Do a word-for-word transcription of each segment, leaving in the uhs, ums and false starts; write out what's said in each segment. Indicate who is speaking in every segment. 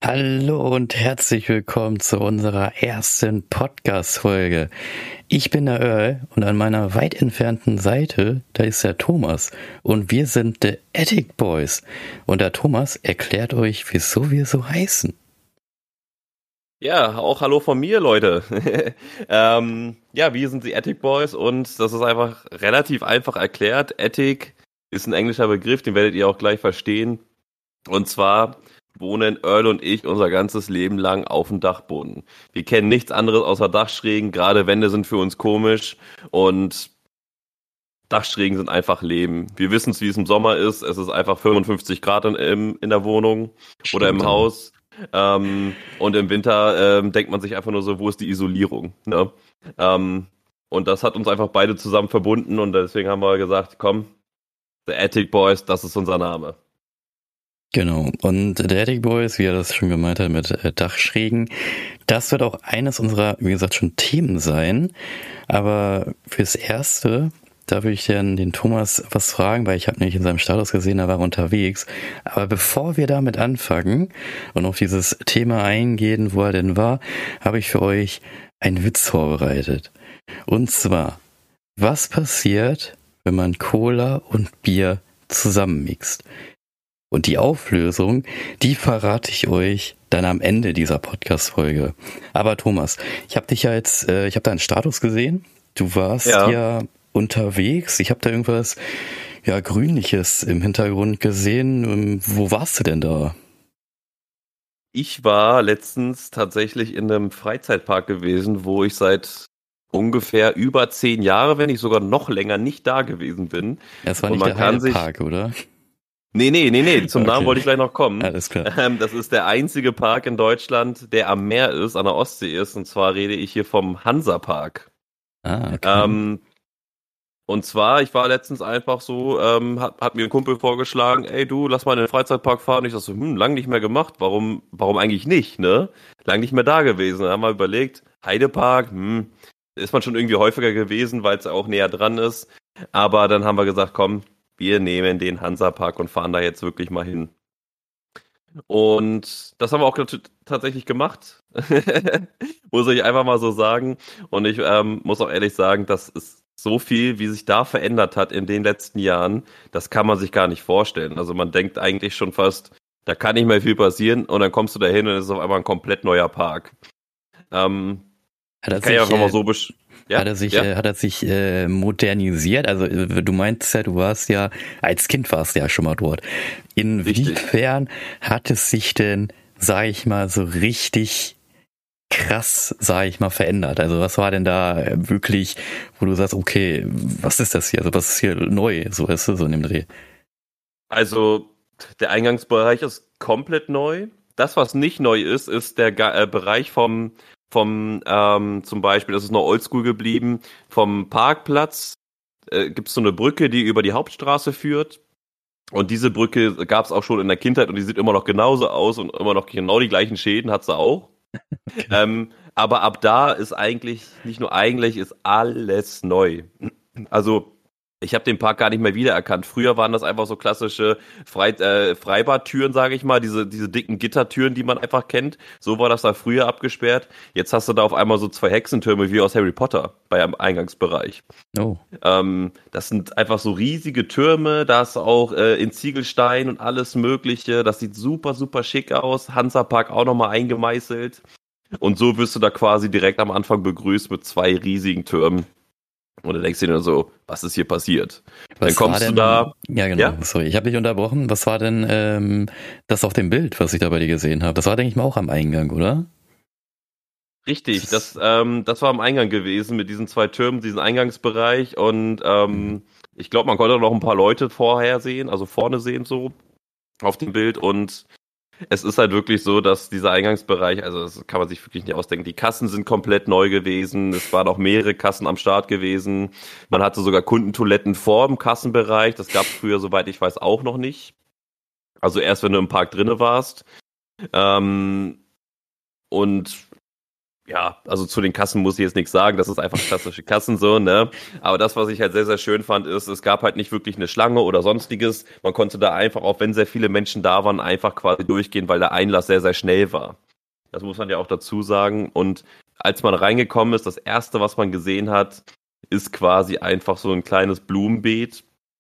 Speaker 1: Hallo und herzlich willkommen zu unserer ersten Podcast-Folge. Ich bin der Earl und an meiner weit entfernten Seite, da ist der Thomas und wir sind The Attic Boys. Und der Thomas erklärt euch, wieso wir so heißen.
Speaker 2: Ja, auch hallo von mir, Leute. ähm, ja, wir sind die Attic Boys und das ist einfach relativ einfach erklärt. Attic ist ein englischer Begriff, den werdet ihr auch gleich verstehen. Und zwar wohnen Earl und ich unser ganzes Leben lang auf dem Dachboden. Wir kennen nichts anderes außer Dachschrägen, gerade Wände sind für uns komisch und Dachschrägen sind einfach Leben. Wir wissen es, wie es im Sommer ist. Es ist einfach fünfundfünfzig Grad in, in der Wohnung oder im
Speaker 1: Stimmt,
Speaker 2: Haus. Ähm, und im Winter ähm, denkt man sich einfach nur so, wo ist die Isolierung? Ne? Ähm, und das hat uns einfach beide zusammen verbunden und deswegen haben wir gesagt, komm, The Attic Boys, das ist unser Name.
Speaker 1: Genau, und The Attic Boys, wie er das schon gemeint hat mit äh, Dachschrägen, das wird auch eines unserer, wie gesagt, schon Themen sein. Aber fürs Erste, da würde ich dann den Thomas was fragen, weil ich habe nämlich in seinem Status gesehen, er war unterwegs. Aber bevor wir damit anfangen und auf dieses Thema eingehen, wo er denn war, habe ich für euch einen Witz vorbereitet. Und zwar, was passiert, wenn man Cola und Bier zusammenmixt? Und die Auflösung, die verrate ich euch dann am Ende dieser Podcast-Folge. Aber Thomas, ich habe dich ja jetzt, äh, ich habe deinen Status gesehen. Du warst ja, ja unterwegs. Ich habe da irgendwas ja Grünliches im Hintergrund gesehen. Wo warst du denn da?
Speaker 2: Ich war letztens tatsächlich in einem Freizeitpark gewesen, wo ich seit ungefähr über zehn Jahre, wenn nicht sogar noch länger, nicht da gewesen bin.
Speaker 1: Es war nicht der Heidepark, oder?
Speaker 2: Nee, nee, nee, nee, zum okay. Namen wollte ich gleich noch kommen.
Speaker 1: Alles klar.
Speaker 2: Ähm, das ist der einzige Park in Deutschland, der am Meer ist, an der Ostsee ist. Und zwar rede ich hier vom Hansapark.
Speaker 1: Ah, okay.
Speaker 2: Ähm, und zwar, ich war letztens einfach so, ähm, hat, hat mir ein Kumpel vorgeschlagen, ey du, lass mal in den Freizeitpark fahren. Ich dachte so, hm, lang nicht mehr gemacht. Warum, warum eigentlich nicht, ne? Lang nicht mehr da gewesen. Dann haben wir überlegt, Heidepark, hm, ist man schon irgendwie häufiger gewesen, weil es auch näher dran ist. Aber dann haben wir gesagt, komm, wir nehmen den Hansapark und fahren da jetzt wirklich mal hin. Und das haben wir auch t- tatsächlich gemacht. Muss ich einfach mal so sagen. Und ich ähm, muss auch ehrlich sagen, das ist so viel, wie sich da verändert hat in den letzten Jahren, das kann man sich gar nicht vorstellen. Also man denkt eigentlich schon fast, da kann nicht mehr viel passieren und dann kommst du da hin und es ist auf einmal ein komplett neuer Park. Ähm,
Speaker 1: Hat er
Speaker 2: kann ich einfach mal so besch-
Speaker 1: Ja, hat er sich, ja? äh, hat er sich äh, modernisiert? Also äh, du meinst ja, du warst ja, als Kind warst du ja schon mal dort. Inwiefern hat es sich denn, sag ich mal, so richtig krass, sag ich mal, verändert? Also was war denn da wirklich, wo du sagst, okay, was ist das hier? Also was ist hier neu? So ist es so in dem Dreh.
Speaker 2: Also der Eingangsbereich ist komplett neu. Das, was nicht neu ist, ist der Ga- äh, Bereich vom vom ähm, zum Beispiel, das ist noch oldschool geblieben, vom Parkplatz äh, gibt es so eine Brücke, die über die Hauptstraße führt. Und diese Brücke gab es auch schon in der Kindheit und die sieht immer noch genauso aus und immer noch genau die gleichen Schäden hat sie auch. Okay. Ähm, aber ab da ist eigentlich, nicht nur eigentlich, ist alles neu. Also ich habe den Park gar nicht mehr wiedererkannt. Früher waren das einfach so klassische Frei, äh, Freibadtüren, sage ich mal, diese diese dicken Gittertüren, die man einfach kennt. So war das da früher abgesperrt. Jetzt hast du da auf einmal so zwei Hexentürme wie aus Harry Potter bei einem Eingangsbereich.
Speaker 1: Oh.
Speaker 2: Ähm, das sind einfach so riesige Türme, da ist auch äh, in Ziegelstein und alles Mögliche. Das sieht super, super schick aus. Hansapark auch nochmal eingemeißelt. Und so wirst du da quasi direkt am Anfang begrüßt mit zwei riesigen Türmen. Und dann denkst du dir so, was ist hier passiert?
Speaker 1: Was
Speaker 2: dann kommst
Speaker 1: denn,
Speaker 2: du da.
Speaker 1: Ja, genau. Ja? Sorry, ich habe dich unterbrochen. Was war denn ähm, das auf dem Bild, was ich da bei dir gesehen habe? Das war, denke ich mal, auch am Eingang, oder?
Speaker 2: Richtig, das, ähm, das war am Eingang gewesen mit diesen zwei Türmen, diesen Eingangsbereich. Und ähm, mhm. ich glaube, man konnte noch ein paar Leute vorher sehen, also vorne sehen so auf dem Bild. Und es ist halt wirklich so, dass dieser Eingangsbereich, also das kann man sich wirklich nicht ausdenken, die Kassen sind komplett neu gewesen, es waren auch mehrere Kassen am Start gewesen, man hatte sogar Kundentoiletten vor dem Kassenbereich, das gab es früher, soweit ich weiß, auch noch nicht. Also erst, wenn du im Park drinne warst. Ähm, und Ja, also zu den Kassen muss ich jetzt nichts sagen, das ist einfach klassische Kassen so, ne? Aber das, was ich halt sehr, sehr schön fand, ist, es gab halt nicht wirklich eine Schlange oder sonstiges. Man konnte da einfach, auch wenn sehr viele Menschen da waren, einfach quasi durchgehen, weil der Einlass sehr, sehr schnell war. Das muss man ja auch dazu sagen. Und als man reingekommen ist, das Erste, was man gesehen hat, ist quasi einfach so ein kleines Blumenbeet,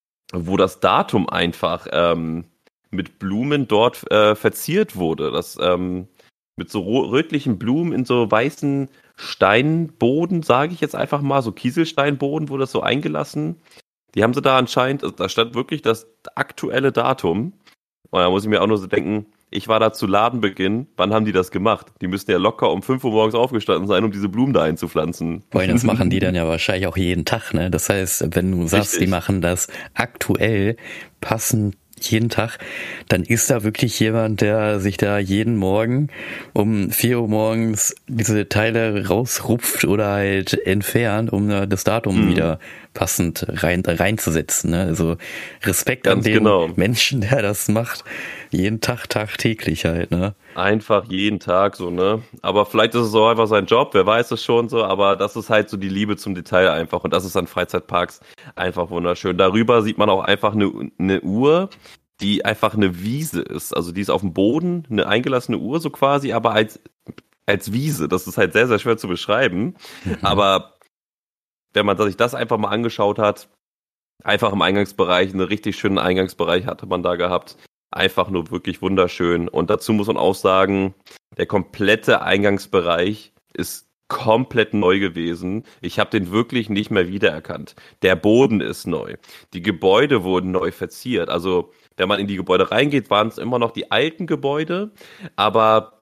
Speaker 2: wo das Datum einfach ähm, mit Blumen dort äh, verziert wurde. Das ähm, mit so rötlichen Blumen in so weißen Steinboden, sage ich jetzt einfach mal, so Kieselsteinboden wurde das so eingelassen. Die haben sie da anscheinend, also da stand wirklich das aktuelle Datum. Und da muss ich mir auch nur so denken, ich war da zu Ladenbeginn, wann haben die das gemacht? Die müssten ja locker um fünf Uhr morgens aufgestanden sein, um diese Blumen da einzupflanzen.
Speaker 1: Weil das machen die dann ja wahrscheinlich auch jeden Tag, ne? Das heißt, wenn du sagst, Richtig. Die machen das aktuell passend jeden Tag, dann ist da wirklich jemand, der sich da jeden Morgen um vier Uhr morgens diese Teile rausrupft oder halt entfernt, um das Datum mhm. wieder passend rein reinzusetzen. Ne? Also Respekt Ganz an den genau. Menschen, der das macht, jeden Tag, tagtäglich halt. Ne?
Speaker 2: Einfach jeden Tag so, ne? Aber vielleicht ist es auch einfach sein Job, wer weiß es schon so, aber das ist halt so die Liebe zum Detail einfach und das ist an Freizeitparks einfach wunderschön. Darüber sieht man auch einfach eine, eine Uhr, die einfach eine Wiese ist. Also die ist auf dem Boden, eine eingelassene Uhr so quasi, aber als, als Wiese. Das ist halt sehr, sehr schwer zu beschreiben. Mhm. Aber wenn man sich das einfach mal angeschaut hat, einfach im Eingangsbereich, einen richtig schönen Eingangsbereich hatte man da gehabt. Einfach nur wirklich wunderschön. Und dazu muss man auch sagen, der komplette Eingangsbereich ist komplett neu gewesen. Ich habe den wirklich nicht mehr wiedererkannt. Der Boden ist neu. Die Gebäude wurden neu verziert. Also, wenn man in die Gebäude reingeht, waren es immer noch die alten Gebäude, aber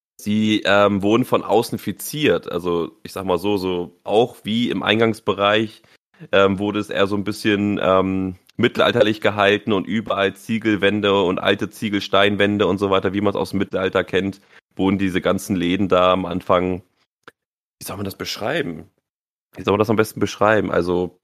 Speaker 2: sie ähm, wurden von außen fiziert. Also, ich sag mal so, so auch wie im Eingangsbereich ähm, wurde es eher so ein bisschen ähm, mittelalterlich gehalten und überall Ziegelwände und alte Ziegelsteinwände und so weiter, wie man es aus dem Mittelalter kennt, wurden diese ganzen Läden da am Anfang. Wie soll man das beschreiben? Wie soll man das am besten beschreiben? Also,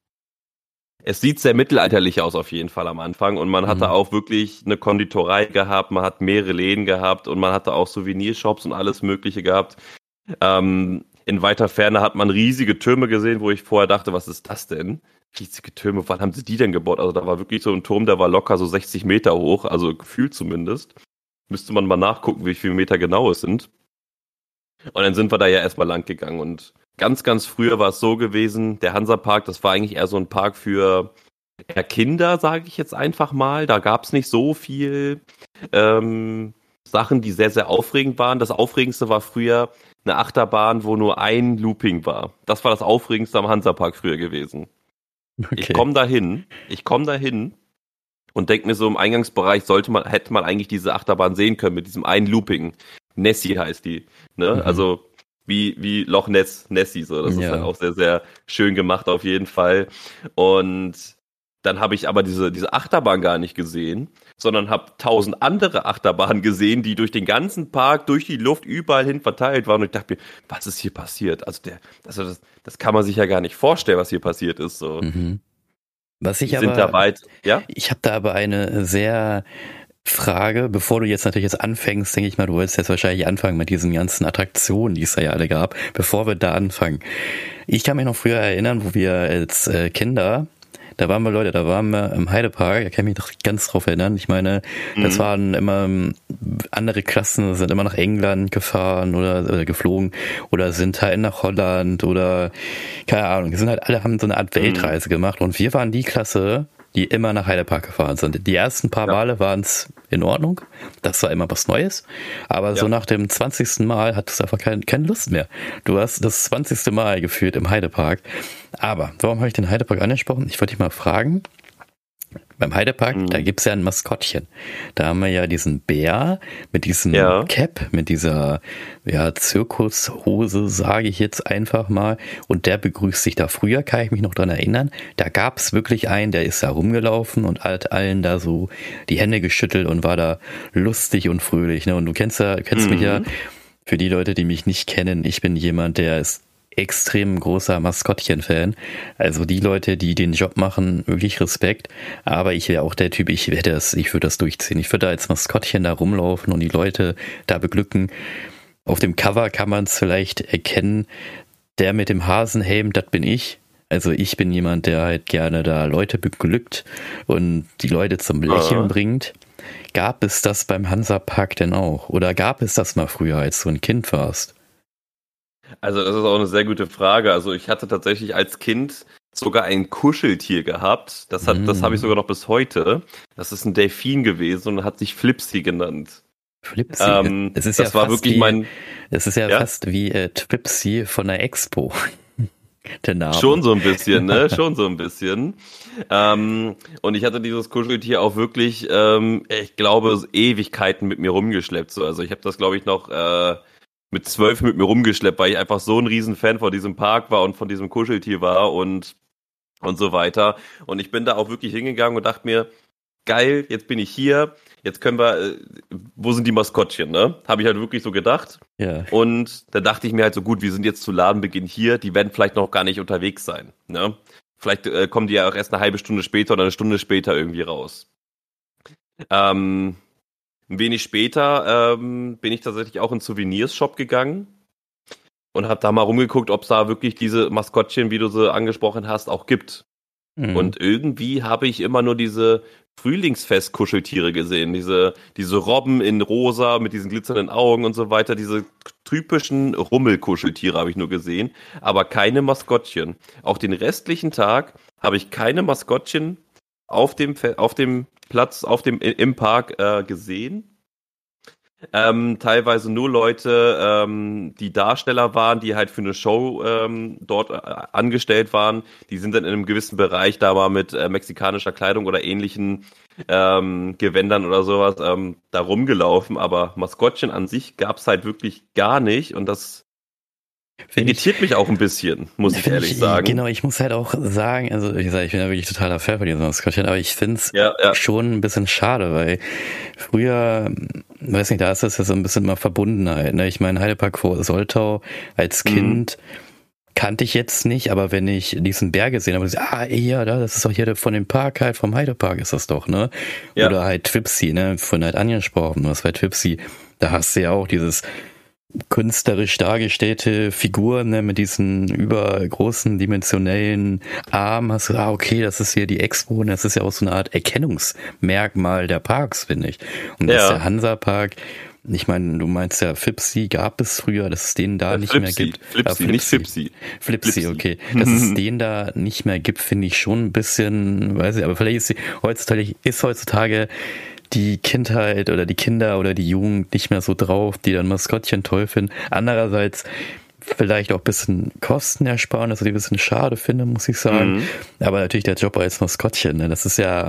Speaker 2: es sieht sehr mittelalterlich aus auf jeden Fall am Anfang und man hatte mhm. auch wirklich eine Konditorei gehabt, man hat mehrere Läden gehabt und man hatte auch Souvenirshops und alles Mögliche gehabt. Ähm, in weiter Ferne hat man riesige Türme gesehen, wo ich vorher dachte, was ist das denn? Riesige Türme, wann haben sie die denn gebaut? Also da war wirklich so ein Turm, der war locker so sechzig Meter hoch, also gefühlt zumindest. Müsste man mal nachgucken, wie viele Meter genau es sind. Und dann sind wir da ja erstmal lang gegangen und ganz, ganz früher war es so gewesen, der Hansapark, das war eigentlich eher so ein Park für eher Kinder, sage ich jetzt einfach mal. Da gab es nicht so viel ähm, Sachen, die sehr, sehr aufregend waren. Das Aufregendste war früher eine Achterbahn, wo nur ein Looping war. Das war das Aufregendste am Hansapark früher gewesen. Okay. Ich komme da hin, ich komme da hin und denke mir so, im Eingangsbereich sollte man, hätte man eigentlich diese Achterbahn sehen können mit diesem einen Looping. Nessie heißt die, ne? Mhm. Also wie wie Loch Ness, Nessie, so. Das ja. ist halt auch sehr, sehr schön gemacht auf jeden Fall. Und dann habe ich aber diese diese Achterbahn gar nicht gesehen, sondern habe tausend andere Achterbahnen gesehen, die durch den ganzen Park, durch die Luft überall hin verteilt waren. Und ich dachte mir, was ist hier passiert? Also der, also das, das kann man sich ja gar nicht vorstellen, was hier passiert ist. So.
Speaker 1: Mhm. Was ich
Speaker 2: die
Speaker 1: aber,
Speaker 2: sind da weit, ja?
Speaker 1: Ich habe da aber eine sehr Frage, bevor du jetzt natürlich jetzt anfängst, denke ich mal, du wolltest jetzt wahrscheinlich anfangen mit diesen ganzen Attraktionen, die es da ja alle gab, bevor wir da anfangen. Ich kann mich noch früher erinnern, wo wir als äh, Kinder, da waren wir Leute, da waren wir im Heidepark, da kann ich mich noch ganz drauf erinnern. Ich meine, mhm. das waren immer andere Klassen, sind immer nach England gefahren oder, oder geflogen oder sind halt nach Holland oder keine Ahnung, die sind halt alle, haben so eine Art Weltreise mhm. gemacht und wir waren die Klasse, die immer nach Heidepark gefahren sind. Die ersten paar ja. Male waren es in Ordnung. Das war immer was Neues. Aber ja. so nach dem zwanzigsten Mal hattest du einfach kein, keine Lust mehr. Du hast das zwanzigste Mal gefühlt im Heidepark. Aber warum habe ich den Heidepark angesprochen? Ich wollte dich mal fragen. Beim Heidepark, mhm. da gibt's ja ein Maskottchen. Da haben wir ja diesen Bär mit diesem ja. Cap, mit dieser ja, Zirkushose, sage ich jetzt einfach mal. Und der begrüßt sich da. Früher, kann ich mich noch dran erinnern, da gab's wirklich einen, der ist da rumgelaufen und hat allen da so die Hände geschüttelt und war da lustig und fröhlich. Ne? Und du kennst ja, kennst mhm. mich ja, für die Leute, die mich nicht kennen, ich bin jemand, der ist extrem großer Maskottchen-Fan. Also die Leute, die den Job machen, wirklich Respekt. Aber ich wäre auch der Typ, ich werde das, ich würde das durchziehen. Ich würde da als Maskottchen da rumlaufen und die Leute da beglücken. Auf dem Cover kann man es vielleicht erkennen, der mit dem Hasenhelm, das bin ich. Also ich bin jemand, der halt gerne da Leute beglückt und die Leute zum Lächeln
Speaker 2: Ah.
Speaker 1: bringt. Gab es das beim Hansapark denn auch? Oder gab es das mal früher, als du ein Kind warst?
Speaker 2: Also das ist auch eine sehr gute Frage. Also ich hatte tatsächlich als Kind sogar ein Kuscheltier gehabt. Das hat, das habe ich
Speaker 1: Mm.
Speaker 2: sogar noch bis heute. Das ist ein Delfin gewesen und hat sich Flipsy genannt.
Speaker 1: Flipsy.
Speaker 2: Ähm,
Speaker 1: es ist
Speaker 2: das
Speaker 1: ja
Speaker 2: war
Speaker 1: fast
Speaker 2: wirklich
Speaker 1: wie,
Speaker 2: mein,
Speaker 1: es ist ja,
Speaker 2: ja?
Speaker 1: fast wie äh, Twipsy von der Expo. Der Name.
Speaker 2: Schon so ein bisschen, ne? Schon so ein bisschen. Ähm, und ich hatte dieses Kuscheltier auch wirklich, ähm, ich glaube, Ewigkeiten mit mir rumgeschleppt. So. Also ich habe das, glaube ich, noch äh, mit zwölf mit mir rumgeschleppt, weil ich einfach so ein Riesenfan von diesem Park war und von diesem Kuscheltier war und und so weiter. Und ich bin da auch wirklich hingegangen und dachte mir, geil, jetzt bin ich hier, jetzt können wir, äh, wo sind die Maskottchen, ne? Habe ich halt wirklich so gedacht.
Speaker 1: Ja.
Speaker 2: Und da dachte ich mir halt so, gut, wir sind jetzt zu Ladenbeginn hier, die werden vielleicht noch gar nicht unterwegs sein, ne? Vielleicht äh, kommen die ja auch erst eine halbe Stunde später oder eine Stunde später irgendwie raus. Ähm, ein wenig später ähm, bin ich tatsächlich auch in einen Souvenirs-Shop gegangen und habe da mal rumgeguckt, ob es da wirklich diese Maskottchen, wie du sie angesprochen hast, auch gibt.
Speaker 1: Mhm.
Speaker 2: Und irgendwie habe ich immer nur diese Frühlingsfest-Kuscheltiere gesehen. Diese, diese Robben in rosa mit diesen glitzernden Augen und so weiter. Diese typischen Rummelkuscheltiere habe ich nur gesehen, aber keine Maskottchen. Auch den restlichen Tag habe ich keine Maskottchen auf dem, Fe- auf dem Platz, auf dem, im Park äh, gesehen. Ähm, teilweise nur Leute, ähm, die Darsteller waren, die halt für eine Show ähm, dort äh, angestellt waren. Die sind dann in einem gewissen Bereich da mal mit äh, mexikanischer Kleidung oder ähnlichen ähm, Gewändern oder sowas ähm, da rumgelaufen. Aber Maskottchen an sich gab's halt wirklich gar nicht und das
Speaker 1: Find ich-
Speaker 2: irritiert mich auch ein bisschen, muss ich
Speaker 1: Find
Speaker 2: ehrlich sagen.
Speaker 1: Genau, ich muss halt auch sagen, also wie gesagt, ich bin ja wirklich totaler Fan von diesem Maskottchen, aber ich finde es
Speaker 2: Ja, ja.
Speaker 1: schon ein bisschen schade, weil früher, weiß nicht, da ist das ja so ein bisschen mal Verbundenheit. Ne? Ich meine, Heidepark vor Soltau als
Speaker 2: Mhm.
Speaker 1: Kind kannte ich jetzt nicht, aber wenn ich diesen Berg gesehen habe, ah, ja, das ist doch hier von dem Park halt, vom Heidepark ist das doch, ne?
Speaker 2: Ja.
Speaker 1: Oder halt Twipsy, ne? Von halt angesprochen, was bei Twipsy, da hast du ja auch dieses künstlerisch dargestellte Figuren, ne, mit diesen übergroßen dimensionellen Armen, hast du, ah, okay, das ist hier die Expo, und das ist ja auch so eine Art Erkennungsmerkmal der Parks, finde ich. Und das
Speaker 2: Ja.
Speaker 1: ist der Hansapark, ich meine, du meinst ja, Flipsy gab es früher, dass es den da
Speaker 2: Äh,
Speaker 1: nicht mehr
Speaker 2: Flipsy,
Speaker 1: gibt.
Speaker 2: Flipsy,
Speaker 1: Ah,
Speaker 2: nicht Flipsy.
Speaker 1: Flipsy,
Speaker 2: Flipsy.
Speaker 1: okay. Dass es den da nicht mehr gibt, finde ich schon ein bisschen, weiß ich, aber vielleicht ist die, heutzutage, ist heutzutage die Kindheit oder die Kinder oder die Jugend nicht mehr so drauf, die dann Maskottchen toll finden. Andererseits vielleicht auch ein bisschen Kostenersparnis, was ich ein bisschen schade finde, muss ich sagen.
Speaker 2: Mhm.
Speaker 1: Aber natürlich der Job als Maskottchen, ne, das ist ja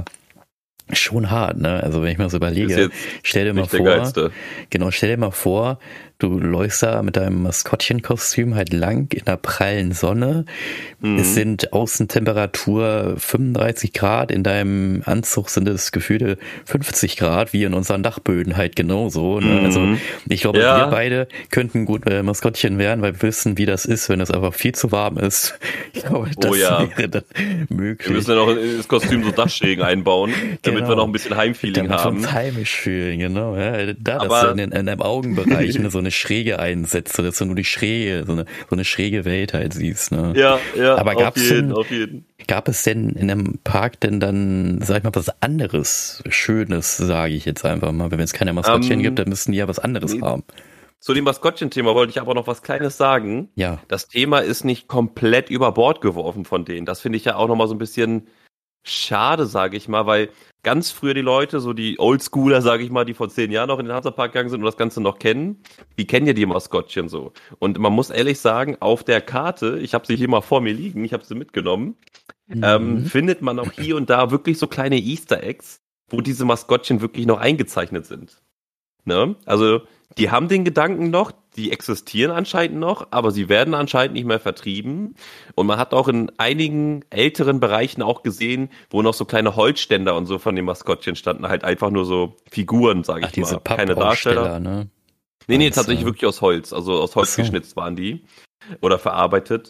Speaker 1: schon hart, ne? Also wenn ich mir so
Speaker 2: Ist
Speaker 1: überlege,
Speaker 2: jetzt
Speaker 1: stell dir mal
Speaker 2: nicht der
Speaker 1: vor,
Speaker 2: geilste.
Speaker 1: genau, stell dir mal vor, du läufst da mit deinem Maskottchenkostüm halt lang in der prallen Sonne.
Speaker 2: Mhm.
Speaker 1: Es sind Außentemperatur fünfunddreißig Grad, in deinem Anzug sind es gefühlte fünfzig Grad, wie in unseren Dachböden halt genauso. Ne?
Speaker 2: Mhm.
Speaker 1: Also ich glaube,
Speaker 2: Ja.
Speaker 1: wir beide könnten gut äh, Maskottchen werden, weil wir wissen, wie das ist, wenn es einfach viel zu warm ist. Ich glaube, das
Speaker 2: Oh ja.
Speaker 1: wäre dann möglich.
Speaker 2: Wir müssen dann auch in das Kostüm so Dachschrägen einbauen, damit
Speaker 1: Genau.
Speaker 2: wir noch ein bisschen Heimfeeling
Speaker 1: Damit wir uns
Speaker 2: haben.
Speaker 1: heimisch fühlen, genau. Ja, da,
Speaker 2: Aber-
Speaker 1: dass du in, in deinem Augenbereich ne, so eine Schräge einsetzt, dass du nur die Schräge, so eine, so eine schräge Welt halt siehst. Ne?
Speaker 2: Ja, ja,
Speaker 1: Aber
Speaker 2: auf
Speaker 1: gab's
Speaker 2: jeden,
Speaker 1: denn-
Speaker 2: auf jeden.
Speaker 1: Gab es denn in einem Park denn dann, sag ich mal, was anderes, Schönes, sage ich jetzt einfach mal. Wenn es keine Maskottchen
Speaker 2: Ähm,
Speaker 1: gibt, dann müssten die ja was anderes
Speaker 2: nee.
Speaker 1: haben.
Speaker 2: Zu dem Maskottchen-Thema wollte ich aber noch was Kleines sagen.
Speaker 1: Ja.
Speaker 2: Das Thema ist nicht komplett über Bord geworfen von denen. Das finde ich ja auch nochmal so ein bisschen schade, sage ich mal, weil ganz früher die Leute, so die Oldschooler, sage ich mal, die vor zehn Jahren noch in den Hansapark gegangen sind und das Ganze noch kennen, die kennen ja die Maskottchen so. Und man muss ehrlich sagen, auf der Karte, ich habe sie hier mal vor mir liegen, ich habe sie mitgenommen, ähm,
Speaker 1: Mhm.
Speaker 2: findet man auch hier und da wirklich so kleine Easter Eggs, wo diese Maskottchen wirklich noch eingezeichnet sind. Ne? Also die haben den Gedanken noch, die existieren anscheinend noch, aber sie werden anscheinend nicht mehr vertrieben. Und man hat auch in einigen älteren Bereichen auch gesehen, wo noch so kleine Holzständer und so von den Maskottchen standen, halt einfach nur so Figuren, sage ich
Speaker 1: Ach, diese
Speaker 2: mal. Keine Darsteller.
Speaker 1: Pappaufsteller, ne?
Speaker 2: Nee, nee,
Speaker 1: Also-
Speaker 2: tatsächlich wirklich aus Holz. Also aus Holz
Speaker 1: Ach so.
Speaker 2: geschnitzt waren die. Oder verarbeitet.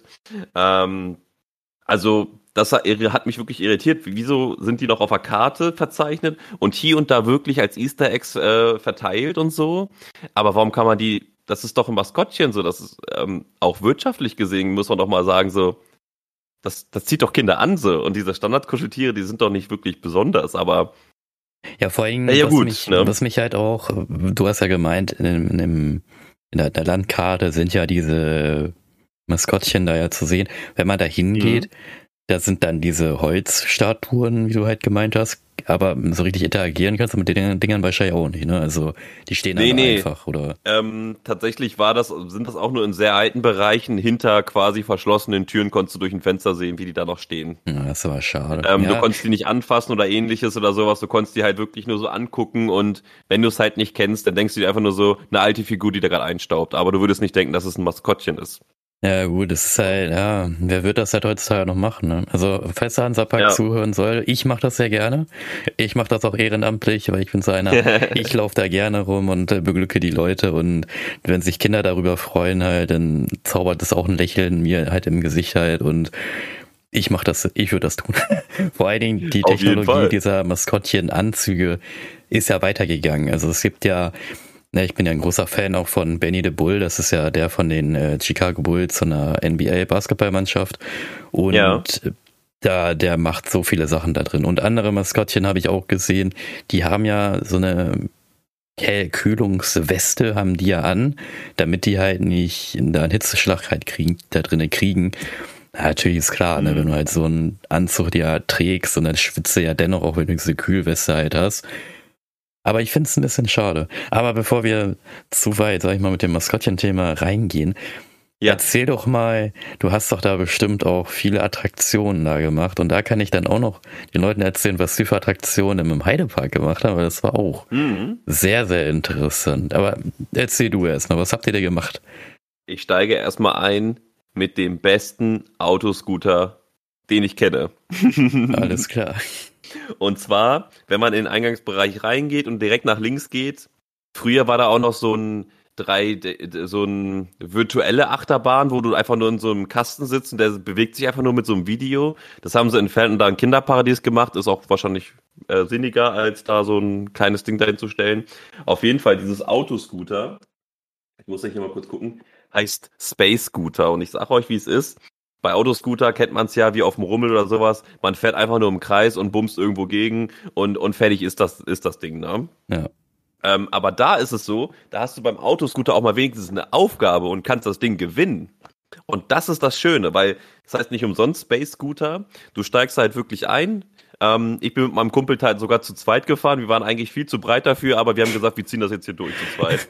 Speaker 2: Ähm, also das hat hat mich wirklich irritiert. Wieso sind die noch auf der Karte verzeichnet und hier und da wirklich als Easter Eggs äh, verteilt und so? Aber warum kann man die das ist doch ein Maskottchen, so, das ist ähm, auch wirtschaftlich gesehen, muss man doch mal sagen, so, das, das zieht doch Kinder an, so, und diese Standardkuscheltiere, die sind doch nicht wirklich besonders, aber
Speaker 1: Ja, vor allem,
Speaker 2: ja, ja,
Speaker 1: was,
Speaker 2: gut,
Speaker 1: mich,
Speaker 2: ne?
Speaker 1: was mich halt auch, du hast ja gemeint, in, dem- in, dem, in der, der Landkarte sind ja diese Maskottchen da ja zu sehen. Wenn man da hingeht, da sind dann diese Holzstatuen, wie du halt gemeint hast, aber so richtig interagieren kannst du mit den Dingern wahrscheinlich auch nicht, ne? Also die stehen
Speaker 2: Nee,
Speaker 1: dann
Speaker 2: nee.
Speaker 1: einfach, oder?
Speaker 2: Ähm, tatsächlich war das, sind das auch nur in sehr alten Bereichen, hinter quasi verschlossenen Türen konntest du durch ein Fenster sehen, wie die da noch stehen.
Speaker 1: Ja, das war schade.
Speaker 2: Ähm,
Speaker 1: ja.
Speaker 2: Du konntest die nicht anfassen oder ähnliches oder sowas, du konntest die halt wirklich nur so angucken und wenn du es halt nicht kennst, dann denkst du dir einfach nur so, eine alte Figur, die da gerade einstaubt, aber du würdest nicht denken, dass es ein Maskottchen ist.
Speaker 1: Ja gut, das ist halt, ja, wer wird das halt heutzutage noch machen, ne? Also, falls der Hansapark
Speaker 2: Ja.
Speaker 1: zuhören soll, ich mache das sehr gerne. Ich mache das auch ehrenamtlich, weil ich bin so einer, ich laufe da gerne rum und äh, beglücke die Leute und wenn sich Kinder darüber freuen halt, dann zaubert das auch ein Lächeln mir halt im Gesicht halt und ich mache das, ich würde das tun. Vor allen Dingen die
Speaker 2: Auf jeden
Speaker 1: Technologie
Speaker 2: Fall.
Speaker 1: dieser Maskottchenanzüge ist ja weitergegangen. Also es gibt ja Ja, ich bin ja ein großer Fan auch von Benny the Bull. Das ist ja der von den äh, Chicago Bulls, so einer N B A-Basketballmannschaft. Und
Speaker 2: Ja.
Speaker 1: da, der macht so viele Sachen da drin. Und andere Maskottchen habe ich auch gesehen, die haben ja so eine Kühlungsweste, haben die ja an, damit die halt nicht da einen Hitzeschlag halt kriegen, da drinnen kriegen. Ja, natürlich ist klar, ne, wenn du halt so einen Anzug ja trägst und dann schwitze ja dennoch, auch wenn du diese Kühlweste halt hast. Aber ich finde es ein bisschen schade. Aber bevor wir zu weit, sag ich mal, mit dem Maskottchen-Thema reingehen,
Speaker 2: Ja.
Speaker 1: erzähl doch mal, du hast doch da bestimmt auch viele Attraktionen da gemacht und da kann ich dann auch noch den Leuten erzählen, was sie für Attraktionen im Heidepark gemacht haben, weil das war auch
Speaker 2: Mhm.
Speaker 1: sehr, sehr interessant. Aber erzähl du erst mal, was habt ihr da gemacht?
Speaker 2: Ich steige erstmal ein mit dem besten Autoscooter, den ich kenne.
Speaker 1: Alles klar.
Speaker 2: Und zwar, wenn man in den Eingangsbereich reingeht und direkt nach links geht, früher war da auch noch so ein drei, so ein virtuelle Achterbahn, wo du einfach nur in so einem Kasten sitzt und der bewegt sich einfach nur mit so einem Video. Das haben sie entfernt und da ein Kinderparadies gemacht, ist auch wahrscheinlich äh, sinniger, als da so ein kleines Ding dahin zu stellen. Auf jeden Fall dieses Autoscooter, ich muss hier mal kurz gucken, heißt Space Scooter und ich sag euch, wie es ist. Bei Autoscooter kennt man es ja wie auf dem Rummel oder sowas. Man fährt einfach nur im Kreis und bumst irgendwo gegen und, und fertig ist das, ist das Ding, ne?
Speaker 1: Ja.
Speaker 2: Ähm, aber da ist es so, da hast du beim Autoscooter auch mal wenigstens eine Aufgabe und kannst das Ding gewinnen. Und das ist das Schöne, weil das heißt nicht umsonst Space Scooter. Du steigst halt wirklich ein. Ähm, ich bin mit meinem Kumpel halt sogar zu zweit gefahren. Wir waren eigentlich viel zu breit dafür, aber wir haben gesagt, wir ziehen das jetzt hier durch zu zweit.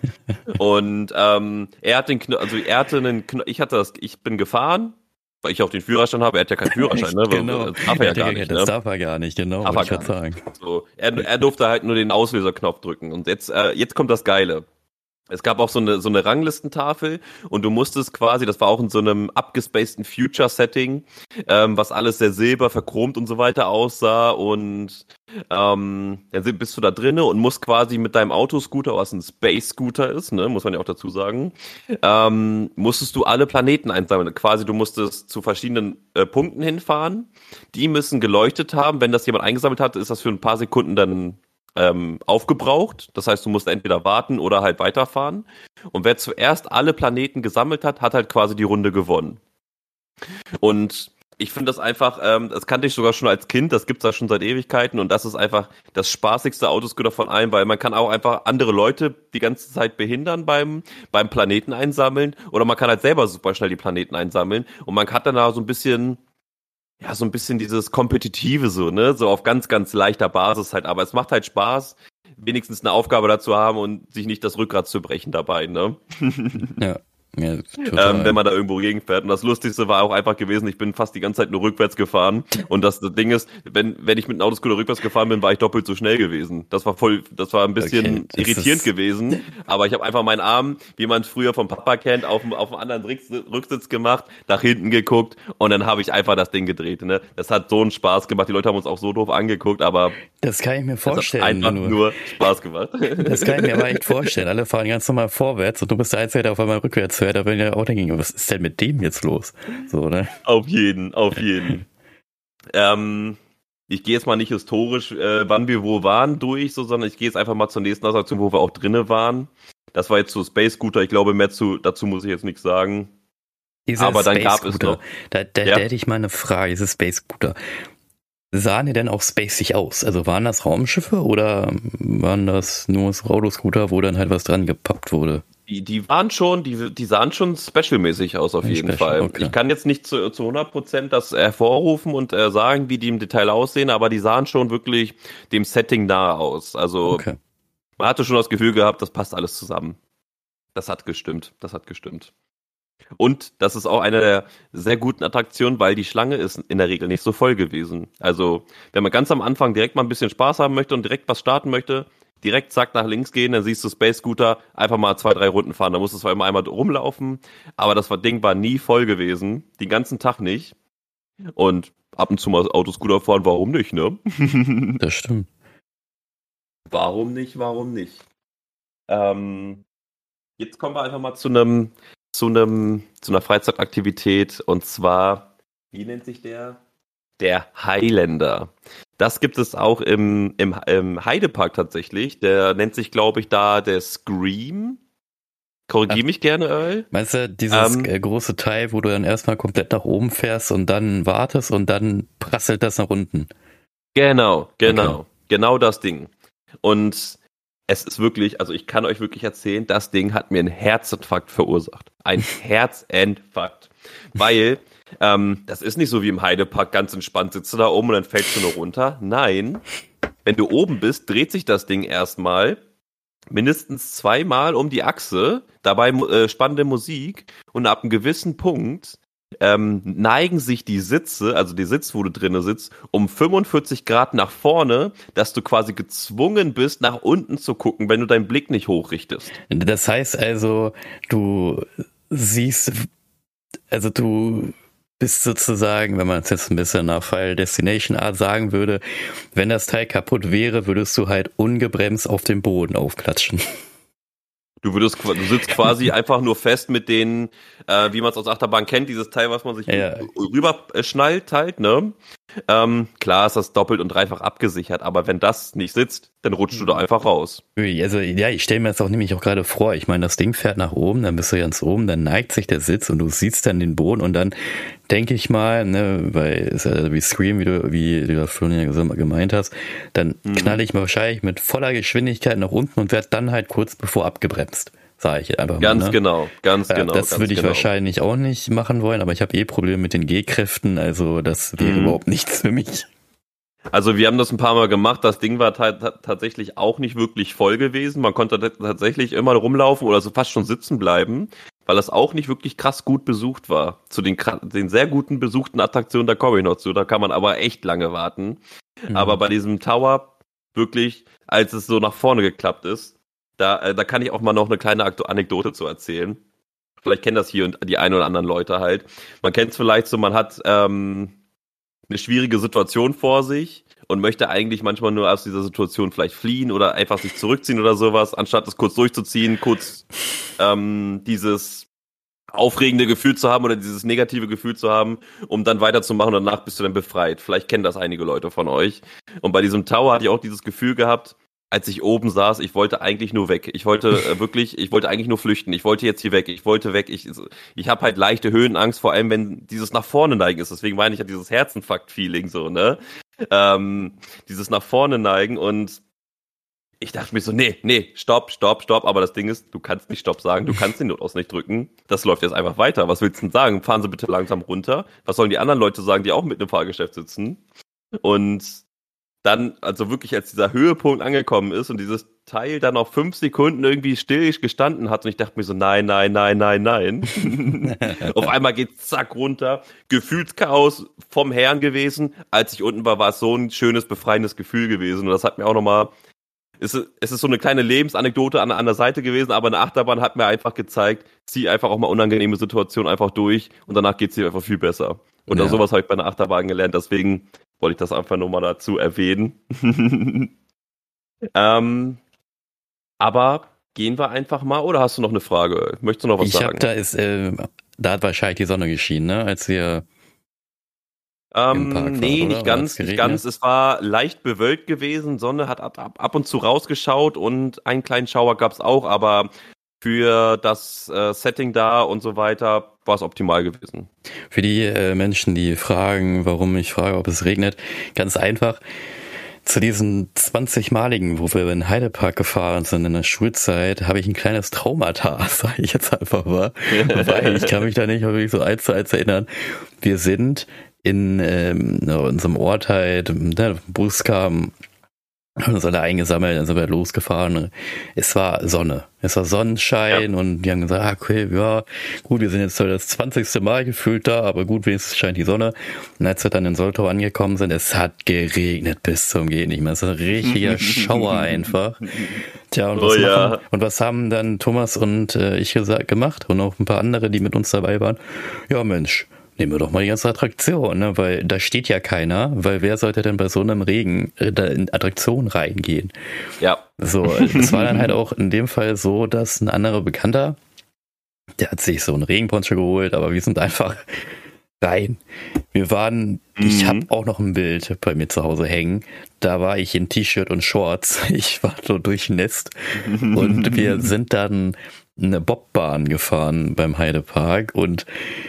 Speaker 2: Und ähm, er hat den, Kno- also er hatte einen, Kno- ich hatte das, ich bin gefahren, weil ich auch den Führerschein habe. Er hat ja keinen Führerschein, ne?
Speaker 1: Genau.
Speaker 2: Das darf er ja gar nicht,
Speaker 1: Das
Speaker 2: ne?
Speaker 1: darf er gar nicht, genau,
Speaker 2: Darf
Speaker 1: wollte
Speaker 2: er
Speaker 1: ich
Speaker 2: gar
Speaker 1: gerade sagen.
Speaker 2: So, er, er durfte halt nur den Auslöserknopf drücken. Und jetzt, äh, jetzt kommt das Geile. Es gab auch so eine, so eine Ranglistentafel und du musstest quasi, das war auch in so einem abgespaceden Future-Setting, ähm, was alles sehr silber, verchromt und so weiter aussah und ähm, dann sind- bist du da drinne und musst quasi mit deinem Autoscooter, was ein Space-Scooter ist, ne, muss man ja auch dazu sagen, ähm, musstest du alle Planeten einsammeln. Quasi, du musstest zu verschiedenen äh, Punkten hinfahren. Die müssen geleuchtet haben. Wenn das jemand eingesammelt hat, ist das für ein paar Sekunden dann ähm, aufgebraucht. Das heißt, du musst entweder warten oder halt weiterfahren. Und wer zuerst alle Planeten gesammelt hat, hat halt quasi die Runde gewonnen. Und ich finde das einfach, ähm, das kannte ich sogar schon als Kind, das gibt's da schon seit Ewigkeiten und das ist einfach das spaßigste Autoscooter von allen, weil man kann auch einfach andere Leute die ganze Zeit behindern beim, beim Planeten einsammeln oder man kann halt selber super schnell die Planeten einsammeln und man hat dann da so ein bisschen, ja, so ein bisschen dieses Kompetitive so, ne, so auf ganz, ganz leichter Basis halt, aber es macht halt Spaß, wenigstens eine Aufgabe dazu haben und sich nicht das Rückgrat zu brechen dabei, ne.
Speaker 1: Ja. Ja, total.
Speaker 2: Ähm, wenn man da irgendwo gegenfährt. Und das Lustigste war auch einfach gewesen, ich bin fast die ganze Zeit nur rückwärts gefahren. Und das, das Ding ist, wenn, wenn ich mit einem Autoscooter rückwärts gefahren bin, war ich doppelt so schnell gewesen. Das war voll, das war ein bisschen
Speaker 1: Okay, das
Speaker 2: irritierend
Speaker 1: ist-
Speaker 2: gewesen. Aber ich habe einfach meinen Arm, wie man es früher vom Papa kennt, auf, dem- auf einem anderen Rücksitz, Rücksitz gemacht, nach hinten geguckt und dann habe ich einfach das Ding gedreht. Ne? Das hat so einen Spaß gemacht. Die Leute haben uns auch so doof angeguckt, aber
Speaker 1: Das kann ich mir
Speaker 2: es hat
Speaker 1: vorstellen.
Speaker 2: einfach
Speaker 1: nur.
Speaker 2: nur Spaß gemacht.
Speaker 1: Das kann ich mir aber echt vorstellen. Alle fahren ganz normal vorwärts und du bist der Einzige, der auf einmal rückwärts fährt. Da bin ich ja auch denken, was ist denn mit dem jetzt los? So, ne?
Speaker 2: Auf jeden, auf jeden. ähm, ich gehe jetzt mal nicht historisch, äh, wann wir wo waren, durch, so, sondern ich gehe jetzt einfach mal zur nächsten Attraktion, wo wir auch drinne waren. Das war jetzt so Space Scooter. Ich glaube, mehr zu, dazu muss ich jetzt nichts sagen.
Speaker 1: Dieser
Speaker 2: Aber dann
Speaker 1: Space
Speaker 2: gab es
Speaker 1: Scooter,
Speaker 2: noch.
Speaker 1: da, da,
Speaker 2: Ja.
Speaker 1: da hätte ich mal eine Frage, diese Space Scooter. Sahen die denn auch spacig aus? Also waren das Raumschiffe oder waren das nur so Autoscooter, wo dann halt was dran gepappt wurde?
Speaker 2: Die, die waren schon, die, die sahen schon specialmäßig aus auf
Speaker 1: Ja,
Speaker 2: jeden
Speaker 1: special,
Speaker 2: Fall.
Speaker 1: okay.
Speaker 2: Ich kann jetzt nicht zu, zu hundert Prozent das hervorrufen und äh, sagen, wie die im Detail aussehen, aber die sahen schon wirklich dem Setting nahe aus. Also
Speaker 1: Okay.
Speaker 2: man hatte schon das Gefühl gehabt, das passt alles zusammen. Das hat gestimmt, das hat gestimmt. Und das ist auch eine der sehr guten Attraktionen, weil die Schlange ist in der Regel nicht so voll gewesen. Also wenn man ganz am Anfang direkt mal ein bisschen Spaß haben möchte und direkt was starten möchte, direkt zack nach links gehen, dann siehst du Space Scooter, einfach mal zwei, drei Runden fahren. Da musst du zwar immer einmal rumlaufen, aber das Ding war nie voll gewesen, den ganzen Tag nicht. Und ab und zu mal Autoscooter fahren, warum nicht, ne?
Speaker 1: Das stimmt.
Speaker 2: Warum nicht, warum nicht? Ähm, jetzt kommen wir einfach mal zu einem, zu einem, zu einer Freizeitaktivität und zwar, wie nennt sich der? Der Highlander. Das gibt es auch im, im, im Heidepark tatsächlich. Der nennt sich, glaube ich, da der Scream. Korrigiere
Speaker 1: Ach.
Speaker 2: mich gerne, Earl.
Speaker 1: Meinst du, dieses
Speaker 2: Ähm.
Speaker 1: äh, große Teil, wo du dann erstmal komplett nach oben fährst und dann wartest und dann prasselt das nach unten?
Speaker 2: Genau, genau.
Speaker 1: Okay.
Speaker 2: Genau das Ding. Und es ist wirklich, also ich kann euch wirklich erzählen, das Ding hat mir einen Herzinfarkt verursacht. Ein Herzinfarkt. Weil, ähm, das ist nicht so wie im Heidepark, ganz entspannt, sitzt du da oben und dann fällst du nur runter. Nein, wenn du oben bist, dreht sich das Ding erstmal mindestens zweimal um die Achse, dabei äh, spannende Musik und ab einem gewissen Punkt ähm, neigen sich die Sitze, also die Sitz, wo du drinne sitzt, um fünfundvierzig Grad nach vorne, dass du quasi gezwungen bist, nach unten zu gucken, wenn du deinen Blick nicht hochrichtest.
Speaker 1: Das heißt also, du siehst, also du bist sozusagen, wenn man es jetzt ein bisschen nach Final Destination Art sagen würde, wenn das Teil kaputt wäre, würdest du halt ungebremst auf dem Boden aufklatschen.
Speaker 2: Du würdest, du sitzt quasi einfach nur fest mit den, äh, wie man es aus Achterbahn kennt, dieses Teil, was man sich
Speaker 1: Ja.
Speaker 2: rüber äh, schnallt halt, ne? Ähm, klar ist das doppelt und dreifach abgesichert, aber wenn das nicht sitzt, dann rutschst du da einfach raus.
Speaker 1: Ui, also ja, ich stelle mir das auch nämlich auch gerade vor. Ich meine, das Ding fährt nach oben, dann bist du ganz oben, dann neigt sich der Sitz und du siehst dann den Boden und dann denke ich mal, ne, weil ist ja wie Scream, wie du, wie du das vorhin ja gemeint hast, dann
Speaker 2: Mhm.
Speaker 1: knalle ich mal wahrscheinlich mit voller Geschwindigkeit nach unten und werde dann halt kurz bevor abgebremst. Sage ich einfach
Speaker 2: Ganz
Speaker 1: mal. Ne?
Speaker 2: genau, ganz
Speaker 1: Ja,
Speaker 2: genau.
Speaker 1: das
Speaker 2: ganz
Speaker 1: würde ich
Speaker 2: genau.
Speaker 1: wahrscheinlich auch nicht machen wollen, aber ich habe eh Probleme mit den G-Kräften, also das wäre
Speaker 2: Mhm.
Speaker 1: überhaupt nichts für mich.
Speaker 2: Also wir haben das ein paar Mal gemacht, das Ding war ta- ta- tatsächlich auch nicht wirklich voll gewesen. Man konnte t- tatsächlich immer rumlaufen oder so fast schon sitzen bleiben, weil das auch nicht wirklich krass gut besucht war. Zu den, kra- den sehr guten besuchten Attraktionen, da komme ich noch zu, da kann man aber echt lange warten.
Speaker 1: Mhm.
Speaker 2: Aber bei diesem Tower, wirklich, als es so nach vorne geklappt ist, da, äh, da kann ich auch mal noch eine kleine Aktu- Anekdote zu erzählen. Vielleicht kennen das hier und die ein oder anderen Leute halt. Man kennt es vielleicht so, man hat ähm, eine schwierige Situation vor sich und möchte eigentlich manchmal nur aus dieser Situation vielleicht fliehen oder einfach sich zurückziehen oder sowas, anstatt es kurz durchzuziehen, kurz ähm, dieses aufregende Gefühl zu haben oder dieses negative Gefühl zu haben, um dann weiterzumachen und danach bist du dann befreit. Vielleicht kennen das einige Leute von euch. Und bei diesem Tower hatte ich auch dieses Gefühl gehabt, als ich oben saß, ich wollte eigentlich nur weg. Ich wollte äh, wirklich, ich wollte eigentlich nur flüchten. Ich wollte jetzt hier weg. Ich wollte weg. Ich, ich habe halt leichte Höhenangst, vor allem wenn dieses nach vorne neigen ist. Deswegen meine ich ja dieses Herzinfarkt-Feeling so, ne? Ähm, dieses nach vorne neigen und ich dachte mir so, nee, nee, stopp, stopp, stopp. Aber das Ding ist, du kannst nicht Stopp sagen, du kannst den Notaus nicht drücken. Das läuft jetzt einfach weiter. Was willst du denn sagen? Fahren Sie bitte langsam runter. Was sollen die anderen Leute sagen, die auch mit im Fahrgeschäft sitzen? Und dann, also wirklich, als dieser Höhepunkt angekommen ist und dieses Teil dann auf fünf Sekunden irgendwie still gestanden hat und ich dachte mir so, nein, nein, nein, nein, nein. Auf einmal geht's zack runter. Gefühlschaos vom Herrn gewesen. Als ich unten war, war es so ein schönes, befreiendes Gefühl gewesen und das hat mir auch nochmal, es ist, es ist so eine kleine Lebensanekdote an, an der Seite gewesen, aber eine Achterbahn hat mir einfach gezeigt, zieh einfach auch mal unangenehme Situationen einfach durch und danach geht's dir einfach viel besser. Und
Speaker 1: Ja.
Speaker 2: auch sowas habe ich bei einer Achterbahn gelernt, deswegen wollte ich das einfach nur mal dazu erwähnen. ähm, aber gehen wir einfach mal, oder hast du noch eine Frage? Möchtest du noch was
Speaker 1: ich
Speaker 2: sagen?
Speaker 1: habe da ist, äh, da hat wahrscheinlich die Sonne geschienen, ne? Als wir im Park
Speaker 2: Ähm,
Speaker 1: war,
Speaker 2: nee,
Speaker 1: oder?
Speaker 2: nicht
Speaker 1: Oder
Speaker 2: ganz,
Speaker 1: hat's
Speaker 2: nicht
Speaker 1: geregnet?
Speaker 2: ganz. Es war leicht bewölkt gewesen, Sonne hat ab, ab, ab und zu rausgeschaut und einen kleinen Schauer gab's auch, aber für das äh, Setting da und so weiter war es optimal gewesen.
Speaker 1: Für die äh, Menschen, die fragen, warum ich frage, ob es regnet, ganz einfach. Zu diesen zwanzig-maligen, wo wir in Heidepark gefahren sind in der Schulzeit, habe ich ein kleines Traumata, sage ich jetzt einfach mal, weil ich kann mich da nicht wirklich so eins zu eins erinnern. Wir sind in ähm, unserem Ort halt, der Bus kam, haben uns alle eingesammelt, dann sind wir losgefahren. Es war Sonne, es war Sonnenschein ja. Und die haben gesagt, ah, okay, ja, gut, wir sind jetzt das zwanzigste Mal gefühlt da, aber gut, wenigstens scheint die Sonne. Und als wir dann in Soltau angekommen sind, es hat geregnet bis zum Gehen nicht mehr. Es ist ein richtiger Schauer einfach. Tja, und was, oh, ja. machen, und was haben dann Thomas und äh, ich gesagt, gemacht und auch ein paar andere, die mit uns dabei waren? Ja, Mensch, nehmen wir doch mal die ganze Attraktion, ne? Weil da steht ja keiner, weil wer sollte denn bei so einem Regen äh, da in Attraktion reingehen?
Speaker 2: Ja.
Speaker 1: So, es war dann halt auch in dem Fall so, dass ein anderer Bekannter, der hat sich so einen Regenponcho geholt, aber wir sind einfach rein. Wir waren, mhm. ich habe auch noch ein Bild bei mir zu Hause hängen, da war ich in T-Shirt und Shorts, ich war so durchnässt und wir sind dann eine Bobbahn gefahren beim Heidepark und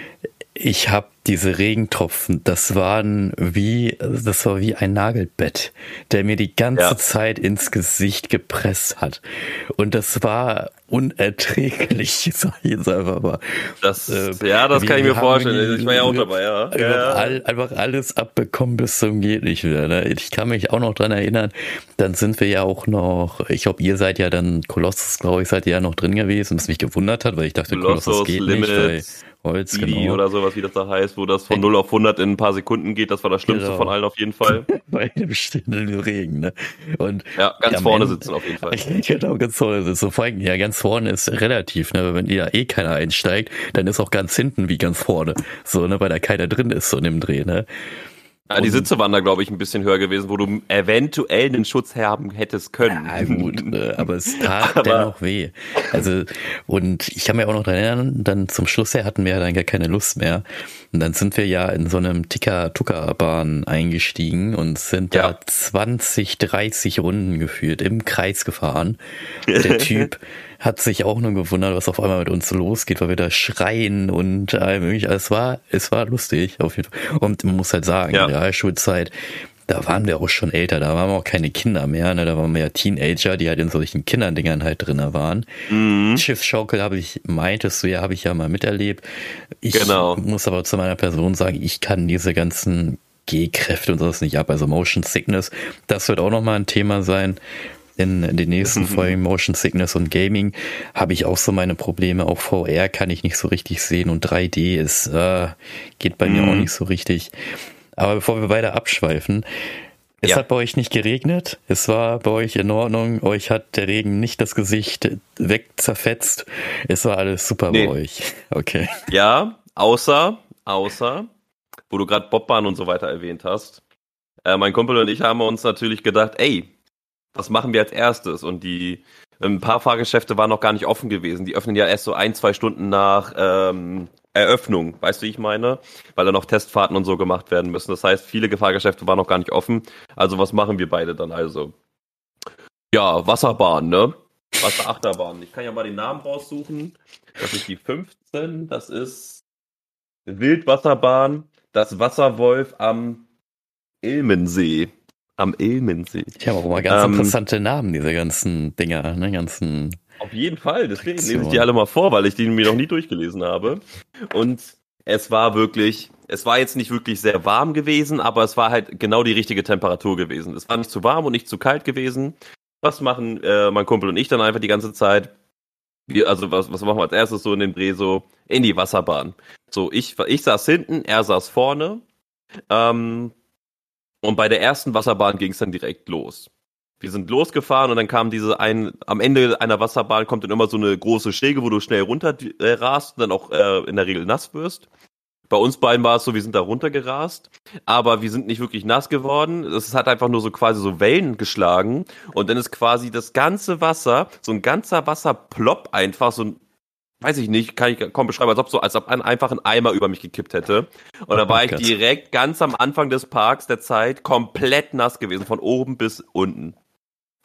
Speaker 1: ich habe diese Regentropfen, das waren wie, das war wie ein Nagelbett, der mir die ganze ja. Zeit ins Gesicht gepresst hat. Und das war unerträglich, sag ich jetzt einfach mal.
Speaker 2: Das, äh, ja, das kann ich mir vorstellen. Ich war ja auch dabei, ja.
Speaker 1: ja, ja. All, einfach alles abbekommen bis zum geht nicht mehr. Ne? Ich kann mich auch noch dran erinnern, dann sind wir ja auch noch, ich glaube, ihr seid ja dann, Kolossus, glaube ich, seid ihr ja noch drin gewesen, was mich gewundert hat, weil ich dachte, Kolossus geht
Speaker 2: Limits.
Speaker 1: nicht, weil Holz, genau.
Speaker 2: Oder sowas, wie das da heißt, wo das von null auf hundert in ein paar Sekunden geht, das war das Schlimmste genau. von allen auf jeden Fall.
Speaker 1: Bei dem stehenden Regen, ne? Und
Speaker 2: ja, ganz vorne Ende, sitzen auf jeden Fall.
Speaker 1: Genau, ganz vorne sitzen. Vor allem, ja, ganz vorne ist relativ, ne? Wenn ja eh keiner einsteigt, dann ist auch ganz hinten wie ganz vorne. So, ne? Weil da keiner drin ist, so in dem Dreh, ne?
Speaker 2: Ja, die Sitze waren da, glaube ich, ein bisschen höher gewesen, wo du eventuell einen Schutz haben hättest können.
Speaker 1: Ja, gut, ne, aber es tat aber dennoch weh. Also, und ich kann mir auch noch daran erinnern, dann zum Schluss her hatten wir ja dann gar keine Lust mehr. Und dann sind wir ja in so einem Tika-Tuka-Bahn eingestiegen und sind ja. da zwanzig, dreißig Runden geführt, im Kreis gefahren. Der Typ hat sich auch nur gewundert, was auf einmal mit uns losgeht, weil wir da schreien und allem möglich. Also es war, es war lustig, auf jeden Fall. Und man muss halt sagen, ja. in der Realschulzeit, da waren wir auch schon älter, da waren wir auch keine Kinder mehr, ne? Da waren wir ja Teenager, die halt in solchen Kinderdingern halt drin waren. Mhm. Schiffsschaukel habe ich, meintest du ja, habe ich ja mal miterlebt. Ich genau. muss aber zu meiner Person sagen, ich kann diese ganzen G-Kräfte und sowas nicht ab, also Motion Sickness, das wird auch nochmal ein Thema sein. In den nächsten mhm. Folgen Motion Sickness und Gaming habe ich auch so meine Probleme. Auch V R kann ich nicht so richtig sehen und drei D ist äh, geht bei mhm. mir auch nicht so richtig. Aber bevor wir weiter abschweifen, es ja. hat bei euch nicht geregnet. Es war bei euch in Ordnung. Euch hat der Regen nicht das Gesicht wegzerfetzt. Es war alles super nee. bei euch. Okay.
Speaker 2: Ja, außer, außer, wo du gerade Bobbahn und so weiter erwähnt hast. Äh, mein Kumpel und ich haben uns natürlich gedacht, ey, was machen wir als erstes? Und die, ein paar Fahrgeschäfte waren noch gar nicht offen gewesen. Die öffnen ja erst so ein, zwei Stunden nach ähm, Eröffnung. Weißt du, wie ich meine? Weil da noch Testfahrten und so gemacht werden müssen. Das heißt, viele Fahrgeschäfte waren noch gar nicht offen. Also was machen wir beide dann also? Ja, Wasserbahn, ne? Wasserachterbahn. Ich kann ja mal den Namen raussuchen. Das ist die fünfzehn. Das ist Wildwasserbahn. Das Wasserwolf am Ilmensee. Am Ilmensee.
Speaker 1: Die haben auch mal ganz ähm, interessante Namen, diese ganzen Dinger, ne, ganzen.
Speaker 2: Auf jeden Fall, deswegen lese ich die alle mal vor, weil ich die mir noch nie durchgelesen habe. Und es war wirklich, es war jetzt nicht wirklich sehr warm gewesen, aber es war halt genau die richtige Temperatur gewesen. Es war nicht zu warm und nicht zu kalt gewesen. Was machen äh, mein Kumpel und ich dann einfach die ganze Zeit? Wir, also was, was machen wir als erstes so in den Dreh? So in die Wasserbahn. So, ich, ich saß hinten, er saß vorne. Ähm, Und bei der ersten Wasserbahn ging es dann direkt los. Wir sind losgefahren und dann kam diese ein, am Ende einer Wasserbahn kommt dann immer so eine große Stege, wo du schnell runter äh, rast und dann auch äh, in der Regel nass wirst. Bei uns beiden war es so, wir sind da runtergerast, aber wir sind nicht wirklich nass geworden. Es hat einfach nur so quasi so Wellen geschlagen und dann ist quasi das ganze Wasser, so ein ganzer Wasserplopp einfach, so ein weiß ich nicht, kann ich kaum beschreiben, als ob so, als ob ein, einfach ein Eimer über mich gekippt hätte. Und da war ich direkt ganz am Anfang des Parks der Zeit komplett nass gewesen, von oben bis unten.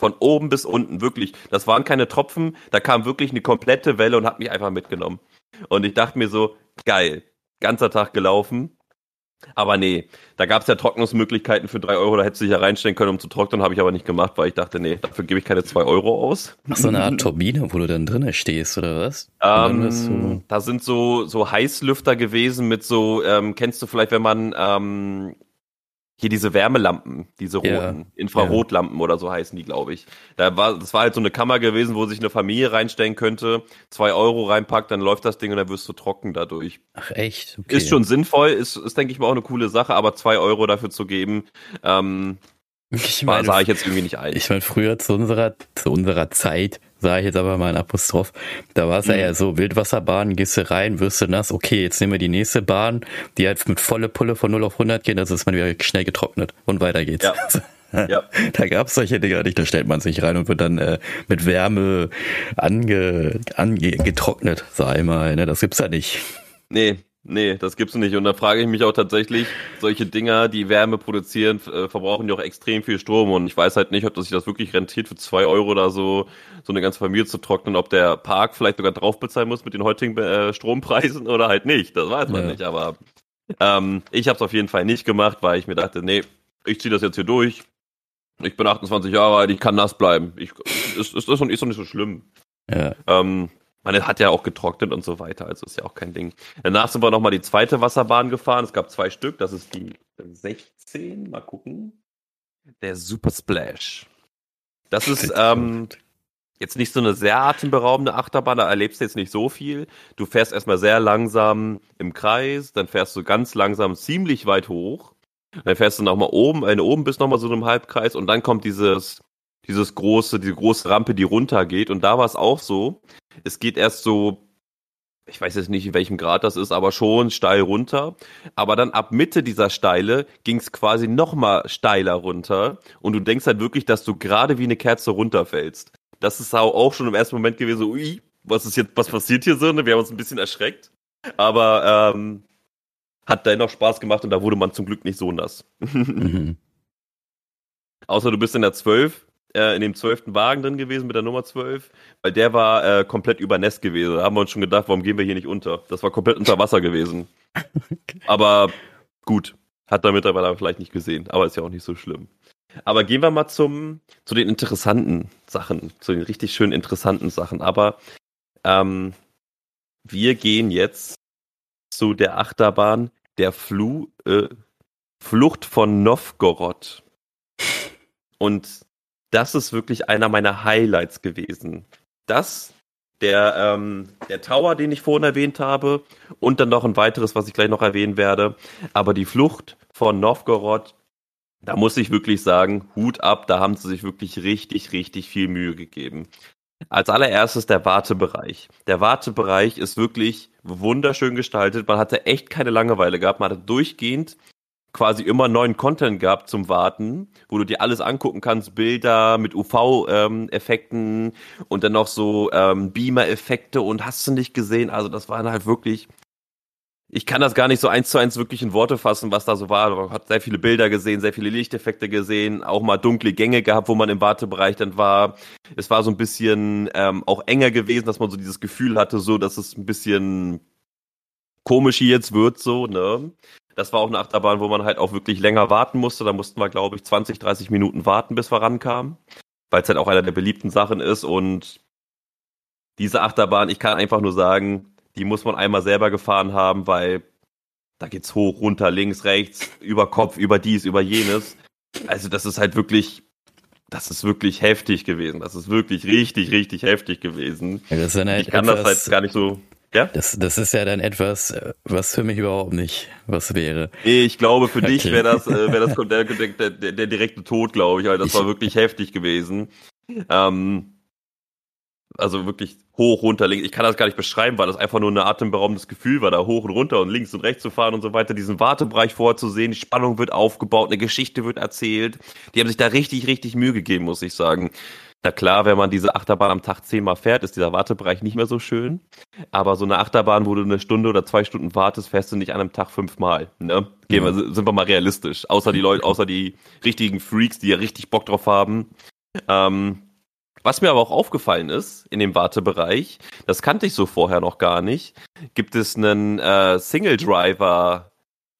Speaker 2: Von oben bis unten, wirklich. Das waren keine Tropfen, da kam wirklich eine komplette Welle und hat mich einfach mitgenommen. Und ich dachte mir so, geil, ganzer Tag gelaufen. Aber nee, da gab es ja Trocknungsmöglichkeiten für drei Euro, da hättest du dich ja reinstellen können, um zu trocknen, habe ich aber nicht gemacht, weil ich dachte, nee, dafür gebe ich keine zwei Euro aus.
Speaker 1: Ach, so eine Art Turbine, wo du dann drinnen stehst, oder was?
Speaker 2: Ähm,
Speaker 1: so
Speaker 2: da sind so, so Heißlüfter gewesen mit so, ähm, kennst du vielleicht, wenn man ähm, hier diese Wärmelampen, diese roten,
Speaker 1: Ja,
Speaker 2: Infrarotlampen oder so heißen die, glaube ich. Da war, das war halt so eine Kammer gewesen, wo sich eine Familie reinstellen könnte, zwei Euro reinpackt, dann läuft das Ding und dann wirst du trocken dadurch.
Speaker 1: Ach echt? Okay.
Speaker 2: Ist schon sinnvoll, ist, ist denke ich mal auch eine coole Sache, aber zwei Euro dafür zu geben, ähm,
Speaker 1: Ich
Speaker 2: war-
Speaker 1: meine,
Speaker 2: sah ich jetzt irgendwie nicht ein.
Speaker 1: Ich meine, früher zu unserer, zu unserer Zeit, sage ich jetzt aber mal ein Apostroph, da war es ja
Speaker 2: Mhm.
Speaker 1: eher so, Wildwasserbahn, gehst du rein, wirst du nass, okay, jetzt nehmen wir die nächste Bahn, die halt mit volle Pulle von null auf hundert geht, also ist man wieder schnell getrocknet und weiter geht's.
Speaker 2: Ja. Ja.
Speaker 1: Da gab's solche Dinger nicht, da stellt man sich rein und wird dann äh, mit Wärme ange, ange, getrocknet, sag ich mal, ne? Das gibt's ja nicht.
Speaker 2: Nee, nee, das gibt's nicht. Und da frage ich mich auch tatsächlich, solche Dinger, die Wärme produzieren, äh, verbrauchen die auch extrem viel Strom. Und ich weiß halt nicht, ob das sich das wirklich rentiert, für zwei Euro oder so so eine ganze Familie zu trocknen, ob der Park vielleicht sogar drauf bezahlen muss mit den heutigen äh, Strompreisen oder halt nicht. Das weiß man
Speaker 1: Ja.
Speaker 2: nicht. Aber ähm, ich habe es auf jeden Fall nicht gemacht, weil ich mir dachte, nee, ich ziehe das jetzt hier durch. Ich bin achtundzwanzig Jahre alt, ich kann nass bleiben. Ich, ist, ist, ist, doch- ist doch nicht so schlimm.
Speaker 1: Ja.
Speaker 2: Ähm, man hat ja auch getrocknet und so weiter, also ist ja auch kein Ding. Danach sind wir nochmal die zweite Wasserbahn gefahren. Es gab zwei Stück, das ist die sechzehn, mal gucken. Der Super Splash. Das ist ähm, jetzt nicht so eine sehr atemberaubende Achterbahn, da erlebst du jetzt nicht so viel. Du fährst erstmal sehr langsam im Kreis, dann fährst du ganz langsam ziemlich weit hoch. Dann fährst du nochmal oben, wenn du oben bist, nochmal so in einem Halbkreis und dann kommt dieses, dieses große, die große Rampe, die runtergeht. Und da war es auch so. Es geht erst so, ich weiß jetzt nicht, in welchem Grad das ist, aber schon steil runter. Aber dann ab Mitte dieser Steile ging es quasi nochmal steiler runter. Und du denkst halt wirklich, dass du gerade wie eine Kerze runterfällst. Das ist auch schon im ersten Moment gewesen, so, ui, was ist jetzt, was passiert hier so? Ne? Wir haben uns ein bisschen erschreckt. Aber ähm, hat dennoch Spaß gemacht und da wurde man zum Glück nicht so nass.
Speaker 1: Mhm.
Speaker 2: Außer du bist in der zwölf, äh, in dem zwölften Wagen drin gewesen mit der Nummer zwölf, weil der war äh, komplett übernässt gewesen. Da haben wir uns schon gedacht, warum gehen wir hier nicht unter? Das war komplett unter Wasser gewesen. Aber gut, hat der Mitarbeiter vielleicht nicht gesehen, aber ist ja auch nicht so schlimm. Aber gehen wir mal zum, zu den interessanten Sachen, zu den richtig schön interessanten Sachen. Aber ähm, wir gehen jetzt zu der Achterbahn der Flu, äh, Flucht von Novgorod. Und das ist wirklich einer meiner Highlights gewesen. Das, der, ähm, der Tower, den ich vorhin erwähnt habe, und dann noch ein weiteres, was ich gleich noch erwähnen werde. Aber die Flucht von Novgorod, da muss ich wirklich sagen, Hut ab, da haben sie sich wirklich richtig, richtig viel Mühe gegeben. Als allererstes der Wartebereich. Der Wartebereich ist wirklich wunderschön gestaltet. Man hatte echt keine Langeweile gehabt. Man hatte durchgehend quasi immer neuen Content gehabt zum Warten, wo du dir alles angucken kannst, Bilder mit U V-Effekten und dann noch so ähm, Beamer-Effekte und hast du nicht gesehen. Also das waren halt wirklich, ich kann das gar nicht so eins zu eins wirklich in Worte fassen, was da so war. Man hat sehr viele Bilder gesehen, sehr viele Lichteffekte gesehen, auch mal dunkle Gänge gehabt, wo man im Wartebereich dann war. Es war so ein bisschen ähm, auch enger gewesen, dass man so dieses Gefühl hatte, so, dass es ein bisschen komisch hier jetzt wird, so, ne? Das war auch eine Achterbahn, wo man halt auch wirklich länger warten musste. Da mussten wir, glaube ich, zwanzig, dreißig Minuten warten, bis wir rankamen, weil es halt auch einer der beliebten Sachen ist. Und diese Achterbahn, ich kann einfach nur sagen, die muss man einmal selber gefahren haben, weil da geht's hoch, runter, links, rechts, über Kopf, über dies, über jenes. Also das ist halt wirklich, das ist wirklich heftig gewesen. Das ist wirklich richtig, richtig heftig gewesen.
Speaker 1: Ja, das ist dann halt
Speaker 2: Ich kann
Speaker 1: etwas,
Speaker 2: das halt gar nicht so... Ja?
Speaker 1: Das, das ist ja dann etwas, was für mich überhaupt nicht was wäre.
Speaker 2: Ich glaube, für dich
Speaker 1: Okay.
Speaker 2: wäre das, äh, wär das der, der, der, der direkte Tod, glaube ich. Weil das
Speaker 1: Ich-
Speaker 2: war wirklich heftig gewesen. Ähm, also wirklich hoch, runter, links. Ich kann das gar nicht beschreiben, weil das einfach nur ein atemberaubendes Gefühl war, da hoch und runter und links und rechts zu fahren und so weiter, diesen Wartebereich vorzusehen. Die Spannung wird aufgebaut, eine Geschichte wird erzählt. Die haben sich da richtig, richtig Mühe gegeben, muss ich sagen. Na klar, wenn man diese Achterbahn am Tag zehnmal fährt, ist dieser Wartebereich nicht mehr so schön. Aber so eine Achterbahn, wo du eine Stunde oder zwei Stunden wartest, fährst du nicht an einem Tag fünfmal. Ne? Gehen wir, sind wir mal realistisch. Außer die Leute, außer die richtigen Freaks, die ja richtig Bock drauf haben. Ähm, was mir aber auch aufgefallen ist in dem Wartebereich, das kannte ich so vorher noch gar nicht, gibt es einen äh, Single-Driver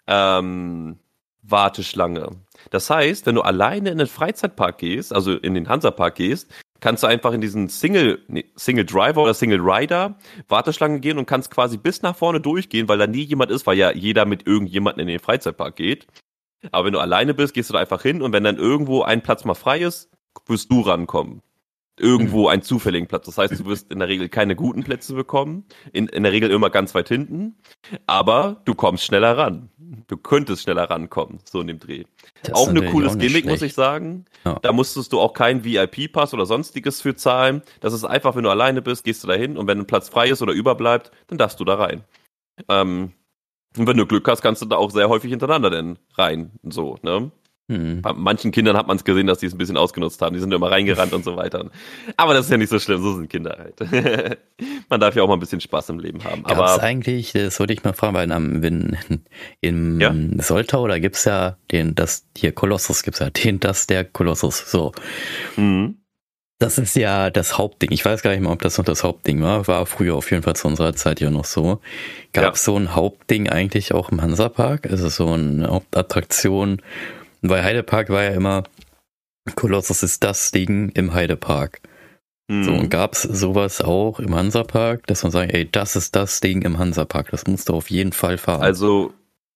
Speaker 2: ähm, Warteschlange. Das heißt, wenn du alleine in den Freizeitpark gehst, also in den Hansapark gehst, kannst du einfach in diesen Single, nee, Single Driver oder Single Rider Warteschlange gehen und kannst quasi bis nach vorne durchgehen, weil da nie jemand ist, weil ja jeder mit irgendjemandem in den Freizeitpark geht. Aber wenn du alleine bist, gehst du da einfach hin und wenn dann irgendwo ein Platz mal frei ist, wirst du rankommen. Irgendwo einen zufälligen Platz. Das heißt, du wirst in der Regel keine guten Plätze bekommen. In, in der Regel immer ganz weit hinten. Aber du kommst schneller ran. Du könntest schneller rankommen, so in dem Dreh.
Speaker 1: Das
Speaker 2: auch
Speaker 1: ist
Speaker 2: ein
Speaker 1: natürlich
Speaker 2: cooles
Speaker 1: auch nicht
Speaker 2: Gimmick, muss
Speaker 1: schlecht.
Speaker 2: ich sagen.
Speaker 1: Ja.
Speaker 2: Da musstest du auch keinen V I P-Pass oder sonstiges für zahlen. Das ist einfach, wenn du alleine bist, gehst du da hin und wenn ein Platz frei ist oder überbleibt, dann darfst du da rein. Ähm, und wenn du Glück hast, kannst du da auch sehr häufig hintereinander denn rein. So, ne?
Speaker 1: Hm.
Speaker 2: Bei manchen Kindern hat man es gesehen, dass die es ein bisschen ausgenutzt haben. Die sind immer reingerannt und so weiter. Aber das ist ja nicht so schlimm, so sind Kinder halt. Man darf ja auch mal ein bisschen Spaß im Leben haben.
Speaker 1: Gab es
Speaker 2: Aber
Speaker 1: eigentlich, das wollte ich mal fragen, weil am, wenn, im
Speaker 2: Ja.
Speaker 1: Soltau, da gibt's ja den, das, hier Kolossus gibt's ja, den, das, der Kolossus, so.
Speaker 2: mhm.
Speaker 1: Das ist ja das Hauptding. Ich weiß gar nicht mal, ob das noch das Hauptding war. War früher auf jeden Fall zu unserer Zeit ja noch so. Gab es
Speaker 2: Ja.
Speaker 1: so ein Hauptding eigentlich auch im Hansapark? Also so eine Hauptattraktion? Weil Heidepark war ja immer, Kolossus ist das Ding im Heidepark.
Speaker 2: Mhm.
Speaker 1: So, und gab's sowas auch im Hansapark, dass man sagt, ey, das ist das Ding im Hansapark, das musst du auf jeden Fall fahren.
Speaker 2: Also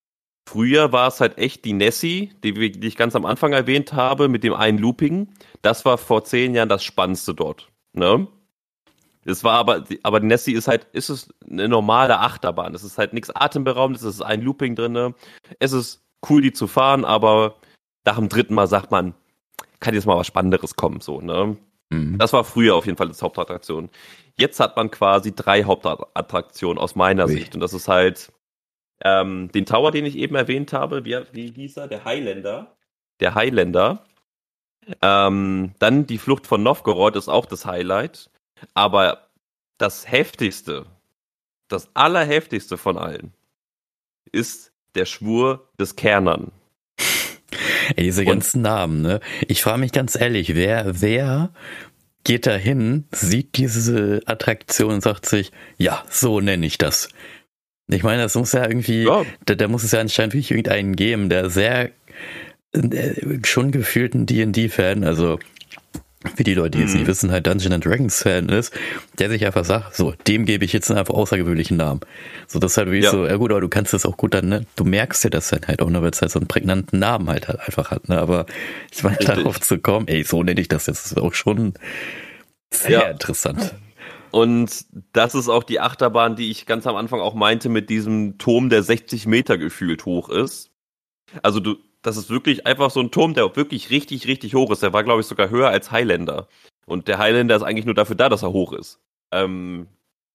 Speaker 2: früher war es halt echt die Nessie, die, wir- die ich ganz am Anfang erwähnt habe, mit dem einen Looping. Das war vor zehn Jahren das Spannendste dort. Ne? Es war aber, aber die Nessie ist halt, ist es eine normale Achterbahn. Es ist halt nichts Atemberaubendes, es ist ein Looping drinne. Es ist cool, die zu fahren, aber nach dem dritten Mal sagt man, kann jetzt mal was Spannenderes kommen, so, ne?
Speaker 1: Mhm.
Speaker 2: Das war früher auf jeden Fall das Hauptattraktion. Jetzt hat man quasi drei Hauptattraktionen aus meiner
Speaker 1: Ui.
Speaker 2: Sicht. Und das ist halt ähm, den Tower, den ich eben erwähnt habe. Wie, wie hieß er? Der Highlander. Der Highlander. Ähm, dann die Flucht von Novgorod ist auch das Highlight. Aber das heftigste, das allerheftigste von allen ist der Schwur des Kernern.
Speaker 1: Ey, diese
Speaker 2: Und-
Speaker 1: ganzen Namen, ne? Ich frage mich ganz ehrlich, wer, wer geht da hin, sieht diese Attraktion und sagt sich, ja, so nenne ich das. Ich meine, das muss ja irgendwie,
Speaker 2: Ja.
Speaker 1: da, da muss es ja anscheinend wirklich irgendeinen geben, der sehr äh, schon gefühlten D und D-Fan, also wie die Leute, die jetzt
Speaker 2: Mhm.
Speaker 1: nicht wissen, halt Dungeons and Dragons Fan ist, der sich einfach sagt, so, dem gebe ich jetzt einen einfach außergewöhnlichen Namen. So, das ist halt wirklich
Speaker 2: Ja.
Speaker 1: so, ja gut, aber du kannst das auch gut dann, ne, du merkst dir das dann halt auch, ne, weil es halt so einen prägnanten Namen halt, halt einfach hat, ne, aber ich meine,
Speaker 2: Richtig.
Speaker 1: darauf zu kommen, ey, so nenne ich das jetzt, ist auch schon sehr
Speaker 2: Ja.
Speaker 1: interessant.
Speaker 2: Und das ist auch die Achterbahn, die ich ganz am Anfang auch meinte, mit diesem Turm, der sechzig Meter gefühlt hoch ist. Also du, das ist wirklich einfach so ein Turm, der wirklich richtig, richtig hoch ist. Der war, glaube ich, sogar höher als Highlander. Und der Highlander ist eigentlich nur dafür da, dass er hoch ist. Ähm,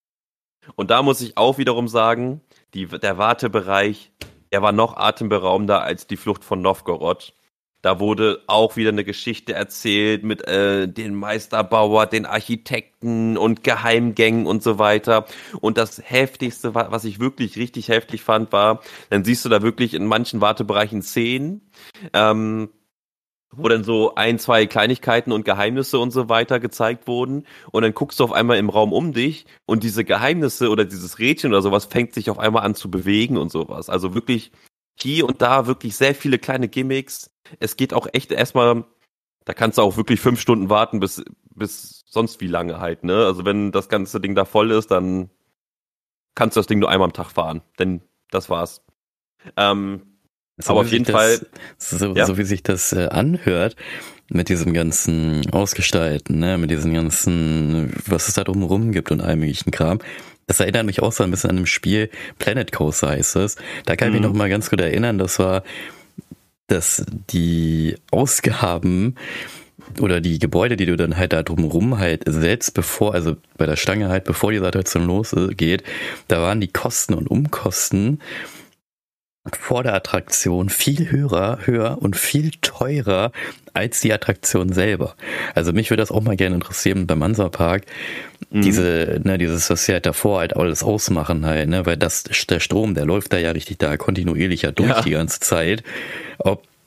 Speaker 2: und da muss ich auch wiederum sagen, die, der Wartebereich, der war noch atemberaubender als die Flucht von Novgorod. Da wurde auch wieder eine Geschichte erzählt mit äh, den Meisterbauer, den Architekten und Geheimgängen und so weiter. Und das Heftigste, wa- was ich wirklich richtig heftig fand, war, dann siehst du da wirklich in manchen Wartebereichen Szenen, ähm, wo dann so ein, zwei Kleinigkeiten und Geheimnisse und so weiter gezeigt wurden. Und dann guckst du auf einmal im Raum um dich und diese Geheimnisse oder dieses Rädchen oder sowas fängt sich auf einmal an zu bewegen und sowas. Also wirklich hier und da wirklich sehr viele kleine Gimmicks. Es geht auch echt erstmal, da kannst du auch wirklich fünf Stunden warten, bis, bis sonst wie lange halt, ne? Also wenn das ganze Ding da voll ist, dann kannst du das Ding nur einmal am Tag fahren. Denn das war's. Ähm,
Speaker 1: So
Speaker 2: aber
Speaker 1: wie
Speaker 2: auf jeden
Speaker 1: sich
Speaker 2: Fall,
Speaker 1: das, so,
Speaker 2: ja.
Speaker 1: so wie sich das äh, anhört, mit diesem ganzen Ausgestalten, ne, mit diesem ganzen, was es da drumherum gibt und allem möglichen Kram, das erinnert mich auch so ein bisschen an dem Spiel Planet Coaster heißt es. Da kann ich mich
Speaker 2: Mhm.
Speaker 1: noch mal ganz gut erinnern, das war, dass die Ausgaben oder die Gebäude, die du dann halt da drumherum halt selbst bevor, also bei der Stange halt, bevor die Attraktion losgeht, da waren die Kosten und Umkosten vor der Attraktion viel höher, höher und viel teurer als die Attraktion selber. Also mich würde das auch mal gerne interessieren beim Hansapark,
Speaker 2: Mhm.
Speaker 1: diese, ne, dieses, was sie halt davor halt alles ausmachen halt, ne, weil das, der Strom, der läuft da ja richtig da kontinuierlich ja durch
Speaker 2: Ja.
Speaker 1: die ganze Zeit. Ob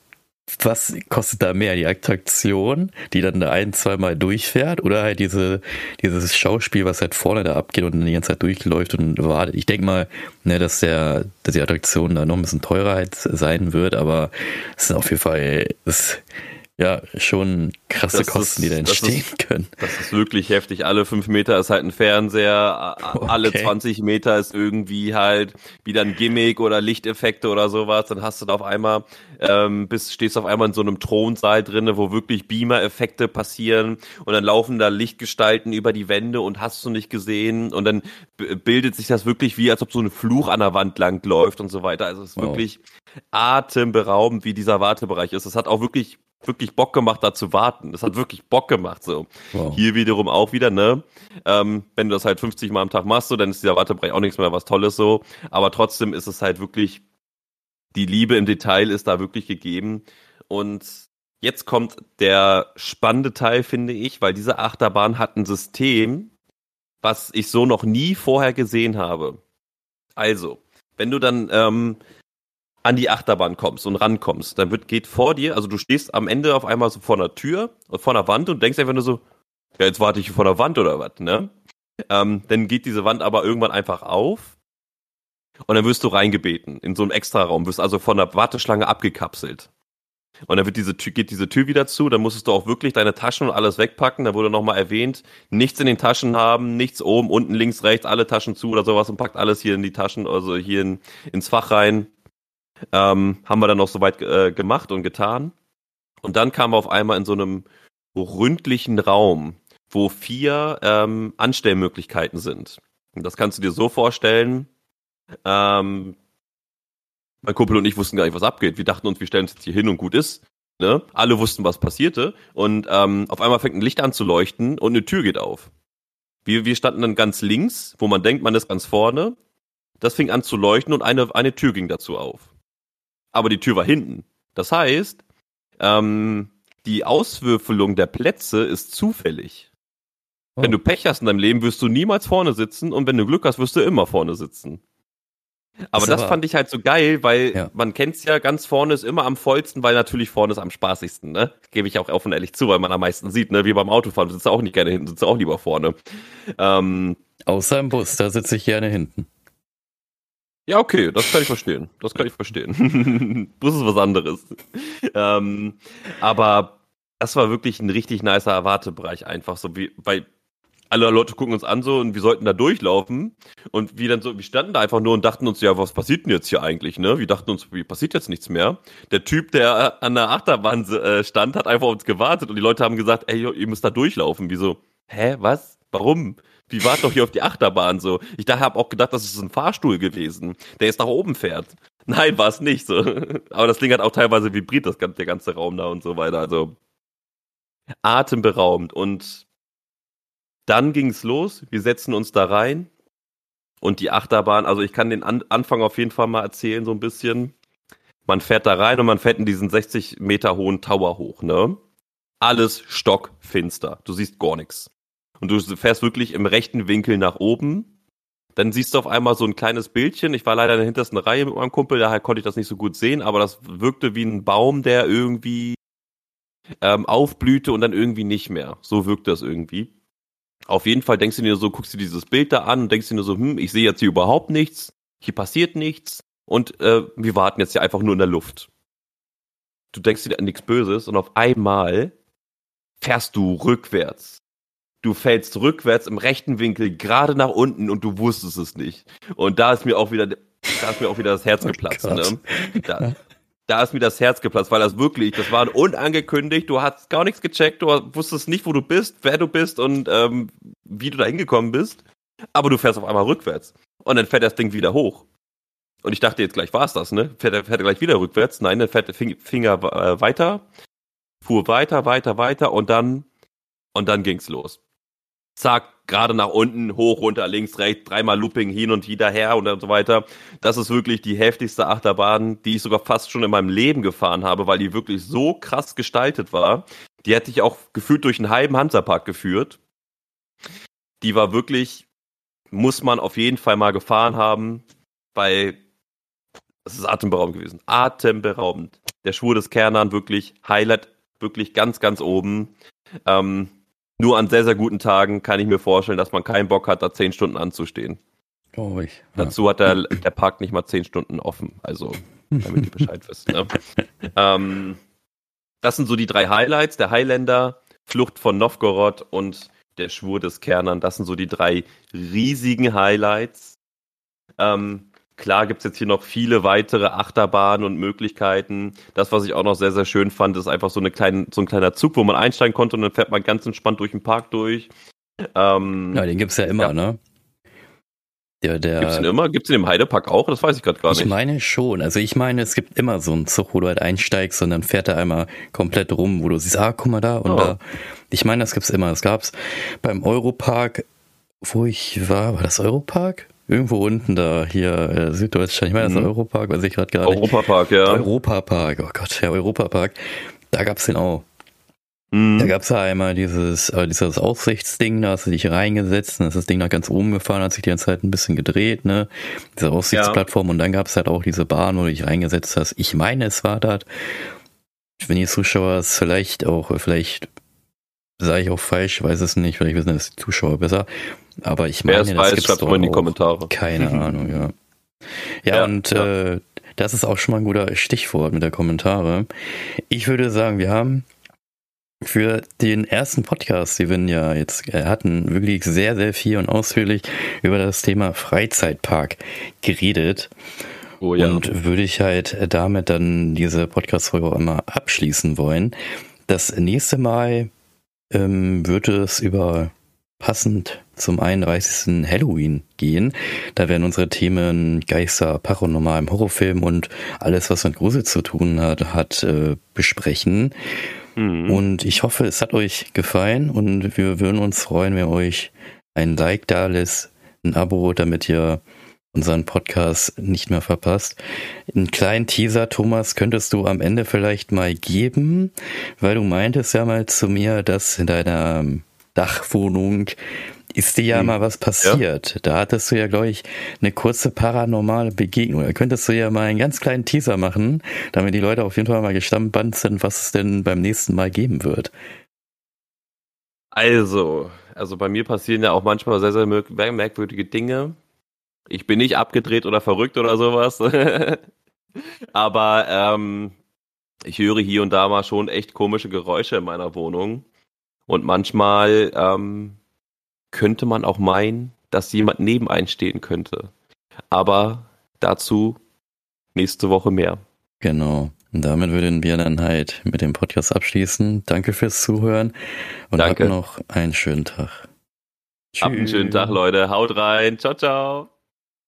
Speaker 1: was kostet da mehr? Die Attraktion, die dann da ein, zweimal durchfährt, oder halt diese, dieses Schauspiel, was halt vorne da abgeht und dann die ganze Zeit durchläuft und wartet? Ich denke mal, ne, dass der, dass die Attraktion da noch ein bisschen teurer halt sein wird, aber es sind auf jeden Fall, das, ja, schon krasse
Speaker 2: Das
Speaker 1: Kosten,
Speaker 2: ist-
Speaker 1: die da
Speaker 2: das
Speaker 1: entstehen
Speaker 2: ist-
Speaker 1: können.
Speaker 2: Das ist wirklich heftig. Alle fünf Meter ist halt ein Fernseher, a- a- alle
Speaker 1: Okay.
Speaker 2: zwanzig Meter ist irgendwie halt wieder ein Gimmick oder Lichteffekte oder sowas. Dann hast du da auf einmal, ähm, bist, stehst auf einmal in so einem Thronsaal drinne, wo wirklich Beamer-Effekte passieren und dann laufen da Lichtgestalten über die Wände und hast du nicht gesehen und dann b- bildet sich das wirklich wie, als ob so ein Fluch an der Wand lang läuft und so weiter. Also es ist
Speaker 1: Wow.
Speaker 2: wirklich atemberaubend, wie dieser Wartebereich ist. Es hat auch wirklich wirklich Bock gemacht, da zu warten. Es hat wirklich Bock gemacht, so.
Speaker 1: Wow.
Speaker 2: Hier wiederum auch wieder, ne? Ähm, wenn du das halt fünfzig Mal am Tag machst, so, dann ist dieser Wartebereich auch nichts mehr was Tolles, so. Aber trotzdem ist es halt wirklich, die Liebe im Detail ist da wirklich gegeben. Und jetzt kommt der spannende Teil, finde ich, weil diese Achterbahn hat ein System, was ich so noch nie vorher gesehen habe. Also, wenn du dann ähm, an die Achterbahn kommst und rankommst, dann wird, geht vor dir, also du stehst am Ende auf einmal so vor einer Tür, vor einer Wand und denkst einfach nur so, ja, jetzt warte ich vor der Wand oder was, ne? Ähm, dann geht diese Wand aber irgendwann einfach auf und dann wirst du reingebeten in so einen Extraraum, wirst also von der Warteschlange abgekapselt. Und dann wird diese Tür, geht diese Tür wieder zu, dann musstest du auch wirklich deine Taschen und alles wegpacken, da wurde nochmal erwähnt, nichts in den Taschen haben, nichts oben, unten, links, rechts, alle Taschen zu oder sowas und packt alles hier in die Taschen, also hier in, ins Fach rein. Ähm, haben wir dann noch soweit äh, gemacht und getan. Und dann kamen wir auf einmal in so einem ründlichen Raum, wo vier ähm, Anstellmöglichkeiten sind. Und das kannst du dir so vorstellen, ähm, mein Kumpel und ich wussten gar nicht, was abgeht. Wir dachten uns, wir stellen uns jetzt hier hin und gut ist. Ne? Alle wussten, was passierte. Und ähm, auf einmal fängt ein Licht an zu leuchten und eine Tür geht auf. Wir, wir standen dann ganz links, wo man denkt, man ist ganz vorne. Das fing an zu leuchten und eine, eine Tür ging dazu auf. Aber die Tür war hinten. Das heißt, ähm, die Auswürfelung der Plätze ist zufällig.
Speaker 1: Oh.
Speaker 2: Wenn du Pech hast in deinem Leben, wirst du niemals vorne sitzen und wenn du Glück hast, wirst du immer vorne sitzen. Aber
Speaker 1: Ist
Speaker 2: das
Speaker 1: aber-
Speaker 2: fand ich halt so geil, weil
Speaker 1: Ja.
Speaker 2: man kennt's ja, ganz vorne ist immer am vollsten, weil natürlich vorne ist am spaßigsten, ne? Gebe ich auch offen ehrlich zu, weil man am meisten sieht, ne? Wie beim Autofahren, du sitzt auch nicht gerne hinten, sitzt auch lieber vorne. Ähm,
Speaker 1: Außer im Bus, da sitze ich gerne hinten.
Speaker 2: Ja, okay, das kann ich verstehen. Das kann ich verstehen. Bus ist was anderes. Ähm, aber das war wirklich ein richtig nicer Erwartebereich, einfach so wie, weil alle Leute gucken uns an so und wir sollten da durchlaufen und wir dann so, wir standen da einfach nur und dachten uns, ja, was passiert denn jetzt hier eigentlich, ne? Wir dachten uns, wie passiert jetzt nichts mehr. Der Typ, der an der Achterbahn äh, stand, hat einfach auf uns gewartet und die Leute haben gesagt, ey, ihr müsst da durchlaufen. Wieso? Hä, was? Warum? Wir warten doch hier auf die Achterbahn so. Ich da habe auch gedacht, das ist ein Fahrstuhl gewesen, der jetzt nach oben fährt. Nein, war es nicht so. Aber das Ding hat auch teilweise vibriert, das, der ganze Raum da und so weiter. Also atemberaubend. Und dann ging's los. Wir setzen uns da rein und die Achterbahn, also ich kann den An- Anfang auf jeden Fall mal erzählen, so ein bisschen. Man fährt da rein und man fährt in diesen sechzig Meter hohen Tower hoch, ne? Alles stockfinster. Du siehst gar nichts. Und du fährst wirklich im rechten Winkel nach oben. Dann siehst du auf einmal so ein kleines Bildchen. Ich war leider in der hintersten Reihe mit meinem Kumpel, daher konnte ich das nicht so gut sehen, aber das wirkte wie ein Baum, der irgendwie ähm, aufblühte und dann irgendwie nicht mehr. So wirkte das irgendwie. Auf jeden Fall denkst du dir so, guckst du dieses Bild da an und denkst dir nur so, hm, ich sehe jetzt hier überhaupt nichts, hier passiert nichts und äh, wir warten jetzt hier einfach nur in der Luft. Du denkst dir an nichts Böses und auf einmal fährst du rückwärts. Du fällst rückwärts im rechten Winkel gerade nach unten und du wusstest es nicht. Und da ist mir auch wieder, da ist mir auch wieder das Herz
Speaker 1: Oh
Speaker 2: geplatzt.
Speaker 1: Gott.
Speaker 2: Ne? Da, da ist mir das Herz geplatzt, weil das wirklich, das war unangekündigt. Du hast gar nichts gecheckt, du wusstest nicht, wo du bist, wer du bist und ähm, wie du da hingekommen bist. Aber du fährst auf einmal rückwärts. Und dann fährt das Ding wieder hoch. Und ich dachte, jetzt gleich war es das, ne? Fährt er, fährt er gleich wieder rückwärts? Nein, dann fährt der Fing- Finger äh, weiter, fuhr weiter, weiter, weiter und dann, und dann ging's los. Zack, gerade nach unten, hoch, runter, links, rechts, dreimal Looping hin und wieder her und so weiter. Das ist wirklich die heftigste Achterbahn, die ich sogar fast schon in meinem Leben gefahren habe, weil die wirklich so krass gestaltet war. Die hätte ich auch gefühlt durch einen halben Hansapark geführt. Die war wirklich, muss man auf jeden Fall mal gefahren haben, weil es ist atemberaubend gewesen. Atemberaubend. der Schwur des Kernern wirklich Highlight, wirklich ganz, ganz oben. Ähm, nur an sehr, sehr guten Tagen kann ich mir vorstellen, dass man keinen Bock hat, da zehn Stunden anzustehen.
Speaker 1: Oh, ich. Ja.
Speaker 2: Dazu hat der, der Park nicht mal zehn Stunden offen, also damit ihr Bescheid wisst. Ne? ähm, das sind so die drei Highlights, der Highlander, Flucht von Novgorod und der Schwur des Kernern. Das sind so die drei riesigen Highlights. Ähm, klar gibt es jetzt hier noch viele weitere Achterbahnen und Möglichkeiten. Das, was ich auch noch sehr, sehr schön fand, ist einfach so, eine kleine, so ein kleiner Zug, wo man einsteigen konnte und dann fährt man ganz entspannt durch den Park durch. Ähm,
Speaker 1: ja, den gibt's ja immer, ja. ne? Der, der,
Speaker 2: Gibt's den immer? Gibt's den im Heidepark auch? Das weiß ich gerade gar nicht.
Speaker 1: Ich meine schon. Also ich meine, es gibt immer so einen Zug, wo du halt einsteigst und dann fährt er einmal komplett rum, wo du siehst, ah, guck mal da und oh. da. Ich meine, das gibt's immer. Es gab's beim Europark, wo ich war, war das Europark? Irgendwo unten da, hier äh, Süddeutschland. Ich meine, das ist mhm. Europark, weiß ich gerade gar nicht.
Speaker 2: Europapark, ja.
Speaker 1: Europapark, oh Gott, der Europapark. Da gab's den auch. Da gab's ja einmal dieses, äh, dieses Aussichtsding, da hast du dich reingesetzt und ist das Ding nach ganz oben gefahren, hat sich die ganze Zeit ein bisschen gedreht, ne? Diese Aussichtsplattform ja. Und dann gab's halt auch diese Bahn, wo du dich reingesetzt hast. Ich meine, es war das. Wenn ihr Zuschauer es vielleicht auch, vielleicht sage ich auch falsch, weiß es nicht, vielleicht wissen das die Zuschauer besser. Aber ich meine,
Speaker 2: Wer es weiß, schreibt mal in die Kommentare.
Speaker 1: Keine Ahnung, ja. Ja, ja und ja. Äh, das ist auch schon mal ein guter Stichwort mit der Kommentare. Ich würde sagen, wir haben für den ersten Podcast, den wir ja jetzt hatten, wirklich sehr, sehr viel und ausführlich über das Thema Freizeitpark geredet. Oh ja. Und würde ich halt damit dann diese Podcast-Folge auch einmal abschließen wollen. Das nächste Mal ähm, wird es über passend zum einunddreißigsten Halloween gehen. Da werden unsere Themen Geister, Paranormal, Horrorfilm und alles, was mit Grusel zu tun hat, hat äh, besprechen. Und ich hoffe, es hat euch gefallen und wir würden uns freuen, wenn ihr euch ein Like da lässt, ein Abo, damit ihr unseren Podcast nicht mehr verpasst. Einen kleinen Teaser, Thomas, könntest du am Ende vielleicht mal geben, weil du meintest ja mal zu mir, dass in deiner Dachwohnung ist dir ja hm. mal was passiert. Ja. Da hattest du ja, glaube ich, eine kurze paranormale Begegnung. Da könntest du ja mal einen ganz kleinen Teaser machen, damit die Leute auf jeden Fall mal gespannt sind, was es denn beim nächsten Mal geben wird.
Speaker 2: Also, also bei mir passieren ja auch manchmal sehr, sehr merkwürdige Dinge. Ich bin nicht abgedreht oder verrückt oder sowas. Aber ähm, ich höre hier und da mal schon echt komische Geräusche in meiner Wohnung. Und manchmal ähm, könnte man auch meinen, dass jemand neben einen stehen könnte. Aber dazu nächste Woche mehr.
Speaker 1: Genau. Und damit würden wir dann halt mit dem Podcast abschließen. Danke fürs Zuhören und habt noch einen schönen Tag.
Speaker 2: Tschüss. Habt einen schönen Tag, Leute. Haut rein. Ciao, ciao.